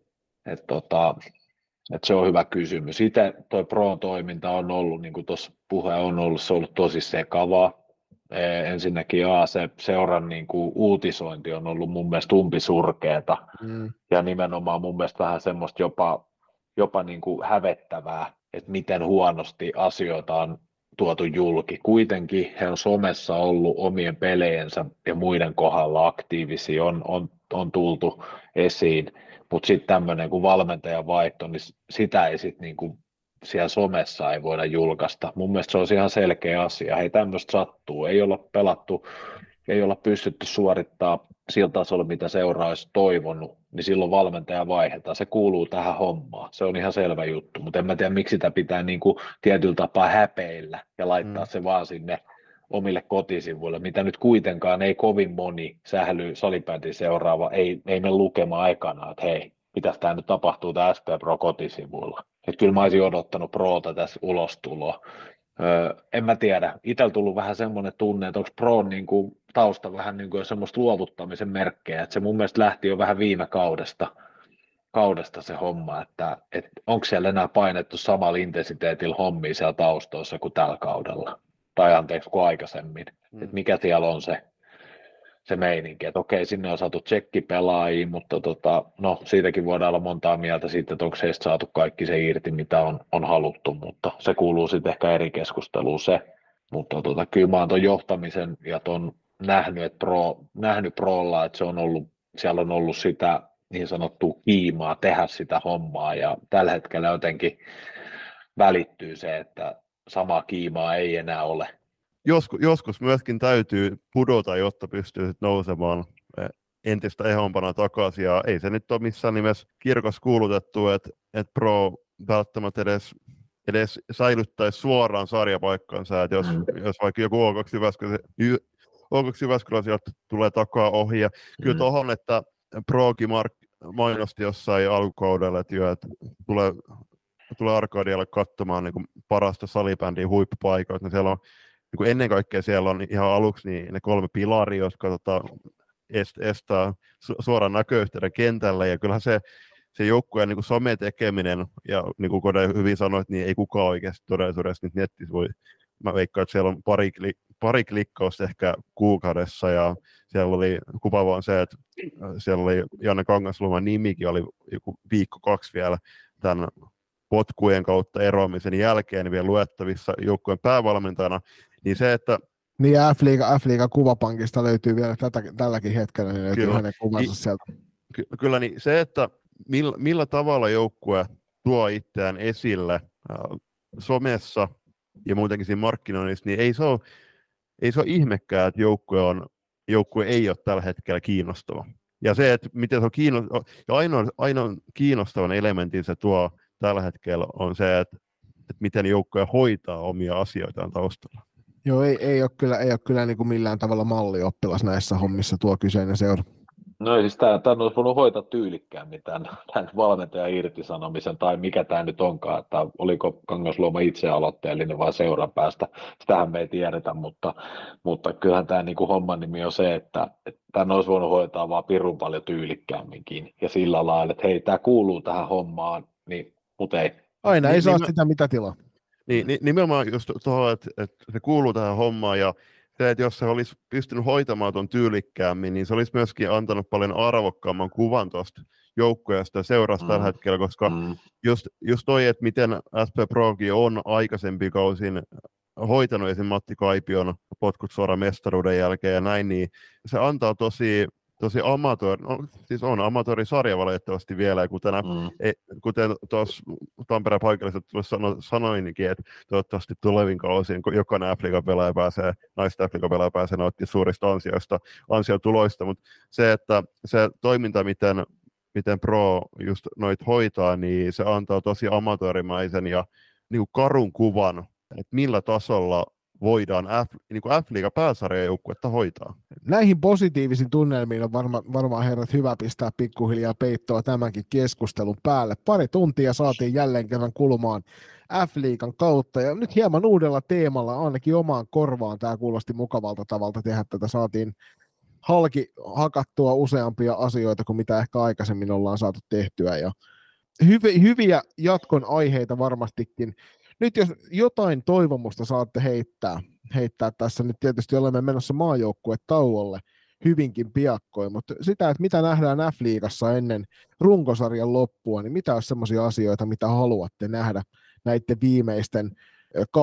Että se on hyvä kysymys. Itse tuo Pro-toiminta on ollut, niin kuin tuossa puhe on ollut, se on ollut tosi sekavaa. Ensinnäkin se seuran niin kuin uutisointi on ollut mun mielestä umpisurkeeta ja nimenomaan mun mielestä vähän semmoista jopa niin kuin hävettävää, että miten huonosti asioita on tuotu julki. Kuitenkin he on somessa ollut omien peleensä ja muiden kohdalla aktiivisia, on tultu esiin. Mutta sitten tämmöinen kuin valmentajan vaihto, niin sitä ei sitten niinku siellä somessa ei voida julkaista. Mun mielestä se on ihan selkeä asia. Hei, tämmöistä sattuu. Ei olla pelattu, ei olla pystytty suorittamaan sillä tasolla, mitä seura olisi toivonut, niin silloin valmentaja vaihdetaan. Se kuuluu tähän hommaan. Se on ihan selvä juttu, mutta en mä tiedä, miksi sitä pitää niinku tietyllä tapaa häpeillä ja laittaa se vaan sinne omille kotisivuille, mitä nyt kuitenkaan ei kovin moni sähly salibändin seuraava, ei mene lukemaan aikana, että hei, mitäs tämä nyt tapahtuu tämä SP Pro kotisivuilla. Että kyllä mä olisin odottanut Proota tässä ulostuloa. En mä tiedä, itsellä tullut vähän semmoinen tunne, että onko Proon niin kuin tausta vähän niin kuin semmoista luovuttamisen merkkejä, että se mun mielestä lähti jo vähän viime kaudesta se homma, että onko siellä enää painettu samalla intensiteetillä hommia siellä taustoissa kuin tällä kaudella. Tai anteeksi kuin aikaisemmin, että mikä siellä on se meininki, että okei, sinne on saatu tsekkipelaajia, mutta no siitäkin voidaan olla montaa mieltä siitä, että onko heistä saatu kaikki se irti, mitä on haluttu, mutta se kuuluu sitten ehkä eri keskusteluun se, mutta kyllä mä oon ton johtamisen ja ton nähnyt Prolla, että se on ollut, siellä on ollut sitä niin sanottua kiimaa tehdä sitä hommaa ja tällä hetkellä jotenkin välittyy se, että samaa kiimaa ei enää ole. Joskus myöskin täytyy pudota, jotta pystyy nousemaan entistä ehompana takaisin, ja ei se nyt ole missään nimessä kirkossa kuulutettu, että Pro välttämättä edes säilyttäisi suoraan sarjapaikkansa, että jos vaikka joku O2 Jyväskylä sieltä tulee takaa ohi, ja kyllä tuohon, että Prokin mainosti jossain alkukaudella, että tulee Arkadialle katsomaan niin kuin parasta salibändin huippupaikoita, niin siellä on niin ennen kaikkea siellä on ihan aluksi niin ne 3 pilaria, jotka estää suoran näköyhteyden kentälle, ja kyllähän se joukkueen niin sometekeminen, ja niin kuin Kode hyvin sanoit, niin ei kukaan oikeasti todellisuudessa nyt netissä voi, mä veikkaan, että siellä on pari klikkausta ehkä kuukaudessa, ja siellä oli kuvaavaa se, että siellä oli Janne Kangasluoman nimikin, oli joku 1-2 vielä tämän potkujen kautta eroamisen jälkeen vielä luettavissa joukkueen päävalmentajana, niin se, että niin F-liigan kuvapankista löytyy vielä tälläkin hetkellä, niin löytyy hänen kuvansa sieltä. Kyllä, niin se, että millä tavalla joukkue tuo itseään esille somessa ja muutenkin siinä markkinoinnissa, niin ei se ole ihmekään, että joukkue ei ole tällä hetkellä kiinnostava. Ja se, että miten se on ja ainoa kiinnostavan elementin se tuo tällä hetkellä on se, että miten joukkue hoitaa omia asioitaan taustalla. Joo, ei ole kyllä niin kuin millään tavalla mallioppilas näissä hommissa tuo kyseinen seura. No siis tämä olisi voinut hoitaa tyylikkäämmin tämän valmentajan irtisanomisen, tai mikä tämä nyt onkaan, että oliko Kangasluoma itse aloitteellinen vai seuran päästä, sitähän me ei tiedetä, mutta kyllähän tämä niin kuin homman nimi on se, että tämän olisi voinut hoitaa vaan pirun paljon tyylikkäämminkin, ja sillä lailla, että hei, tämä kuuluu tähän hommaan, niin mutta ei. Aina ei saa sitä mitä tilaa. Niin, nimenomaan just tuohon, että se kuuluu tähän hommaan, ja se, että jos se olisi pystynyt hoitamaan tuon tyylikkäämmin, niin se olisi myöskin antanut paljon arvokkaamman kuvan tuosta joukkueesta ja seurasta tällä hetkellä, koska just toi, että miten SP Prokin on aikaisempi kausin hoitanut esim. Matti Kaipion potkut suoraan mestaruuden jälkeen ja näin, niin se antaa tosi siis on amatöörisarja valitettavasti vielä, ja kuten tuossa Tampereen paikalliset sanoinkin, että toivottavasti tulevin kausin jokainen F-liigan pääsee, naisten F-liigan pääsee nauttia suurista ansiotuloista, mutta se, että se toiminta, miten Pro just noit hoitaa, niin se antaa tosi amatöörimäisen ja niin kuin karun kuvan, että millä tasolla voidaan F-liigan pääsarjajoukkuetta hoitaa. Näihin positiivisiin tunnelmiin on varmaan herrat hyvä pistää pikkuhiljaa peittoa tämänkin keskustelun päälle. Pari tuntia saatiin jälleen kerran kulmaan F-liigan kautta, ja nyt hieman uudella teemalla, ainakin omaan korvaan tämä kuulosti mukavalta tavalta tehdä tätä. Saatiin halki hakattua useampia asioita kuin mitä ehkä aikaisemmin ollaan saatu tehtyä, ja hyviä jatkon aiheita varmastikin. Nyt jos jotain toivomusta saatte heittää tässä, nyt tietysti olemme menossa maajoukkuetauolle hyvinkin piakkoin, mutta sitä, että mitä nähdään F-liigassa ennen runkosarjan loppua, niin mitä olisi sellaisia asioita, mitä haluatte nähdä näiden viimeisten 8-10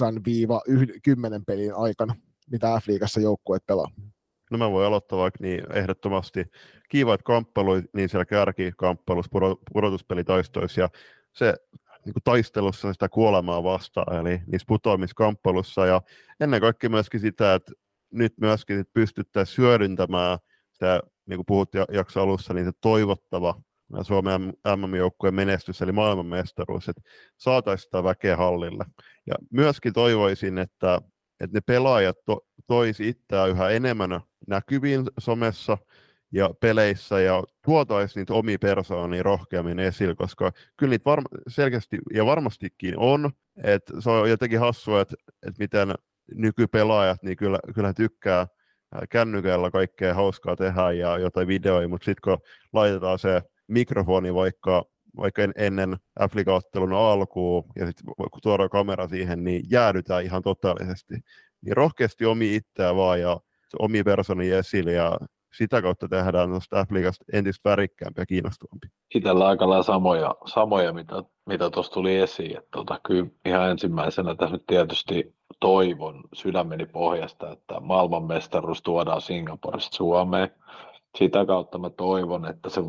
pelin aikana, mitä F-liigassa joukkueet pelaa? No mä voin aloittaa vaikka niin ehdottomasti kiivaat kamppeluja niin siellä kärkikamppelussa, pudotuspelitaistoissa ja se niin kuin taistelussa sitä kuolemaa vastaan, eli niissä putoamiskamppelussa, ja ennen kaikkea myöskin sitä, että nyt myöskin pystyttäisiin hyödyntämään se, niin kuin puhuttiin jakson alussa, niin se toivottava Suomen MM-joukkueen menestys, eli maailmanmestaruus, että saataisiin sitä väkeä hallille. Ja myöskin toivoisin, että ne pelaajat toisi itseään yhä enemmän näkyviin somessa ja peleissä ja tuotaisiin niitä omia persoonia rohkeammin esille, koska kyllä niitä selkeästi ja varmastikin on, että se on jotenkin hassua, että miten nykypelaajat, niin kyllä tykkää kännykällä kaikkea hauskaa tehdä ja jotain videoja, mutta sitten kun laitetaan se mikrofoni vaikka ennen F-liiga-ottelun alkuun ja sitten kun tuodaan kamera siihen, niin jäädytään ihan totaalisesti. Niin rohkeasti omia itseään vaan ja omia persoonia esille ja sitä kautta tehdään tuosta F-liigasta entistä värikkäämpi ja kiinnostavampi. Itsellä aika lailla samoja mitä tuossa tuli esiin. Että kyllä ihan ensimmäisenä tässä nyt tietysti toivon sydämeni pohjasta, että maailmanmestaruus tuodaan Singaporesta Suomeen. Sitä kautta mä toivon, että se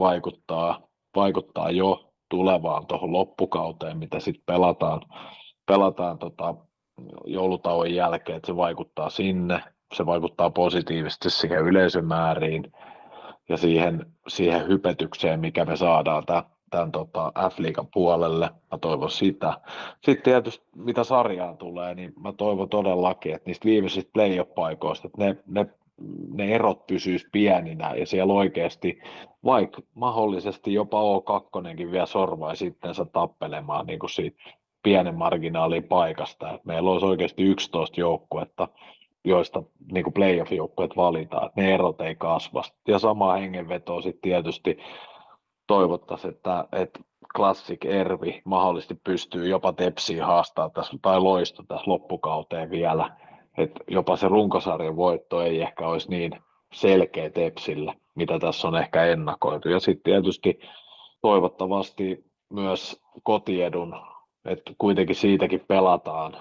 vaikuttaa jo tulevaan tuohon loppukauteen, mitä sitten pelataan joulutauon jälkeen, että se vaikuttaa sinne. Se vaikuttaa positiivisesti siihen yleisömääriin ja siihen hypetykseen, mikä me saadaan tämän F-liigan puolelle. Mä toivon sitä. Sitten tietysti mitä sarjaan tulee, niin mä toivon todellakin, että niistä viimeisistä playoff-paikoista, että ne erot pysyisi pieninä ja siellä oikeasti, vaikka mahdollisesti jopa O2 vielä sorvaa sittensa tappelemaan niin kuin siitä pienen marginaalin paikasta. Että meillä olisi oikeasti 11 joukkuetta, joista niin kuin playoff-joukkueet valitaan, että ne erot ei kasva. Ja samaa hengenvetoa sitten tietysti toivottaisiin, että Classic Ervi mahdollisesti pystyy jopa Tepsiin haastaa tässä, tai Loisto tässä loppukauteen vielä. Että jopa se runkosarjan voitto ei ehkä olisi niin selkeä Tepsillä, mitä tässä on ehkä ennakoitu. Ja sitten tietysti toivottavasti myös kotiedun, että kuitenkin siitäkin pelataan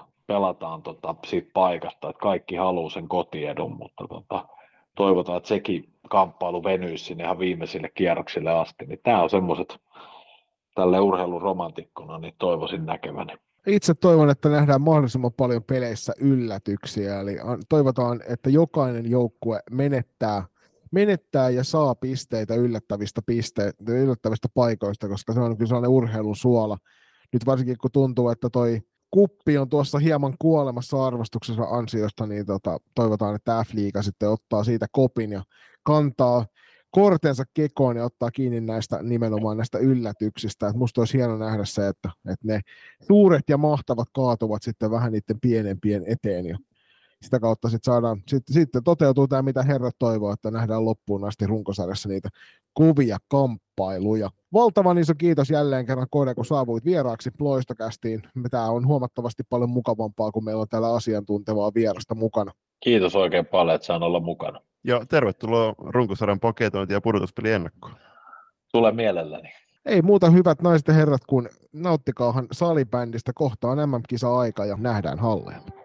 siitä paikasta, että kaikki haluaa sen kotiedun, mutta toivotaan, että sekin kamppailu venyisi sinne ihan viimeisille kierroksille asti. Niin tämä on semmoiset tälle urheiluromantikkona niin toivoisin näkeväni. Itse toivon, että nähdään mahdollisimman paljon peleissä yllätyksiä, eli toivotaan, että jokainen joukkue menettää ja saa pisteitä yllättävistä paikoista, koska se on kyllä sellainen urheilun suola. Nyt varsinkin kun tuntuu, että toi kuppi on tuossa hieman kuolemassa arvostuksensa ansiosta, niin toivotaan, että F-liiga sitten ottaa siitä kopin ja kantaa kortensa kekoon ja ottaa kiinni nimenomaan näistä yllätyksistä. Et musta olisi hieno nähdä se, että ne suuret ja mahtavat kaatuvat sitten vähän niiden pienempien eteen ja sitä kautta sitten toteutuu tämä, mitä herrat toivoo, että nähdään loppuun asti runkosarjassa niitä kovia kamppailuja. Valtavan iso kiitos jälleen kerran, Kode, kun saavuit vieraaksi Loistokästiin. Tämä on huomattavasti paljon mukavampaa, kun meillä on täällä asiantuntevaa vierasta mukana. Kiitos oikein paljon, että saan olla mukana. Ja tervetuloa runkosarjan paketointiin ja pudotuspeli ennakkoon. Tule mielelläni. Ei muuta, hyvät naiset ja herrat, kun nauttikaahan salibändistä. Kohta on MM-kisa-aika ja nähdään halleilla.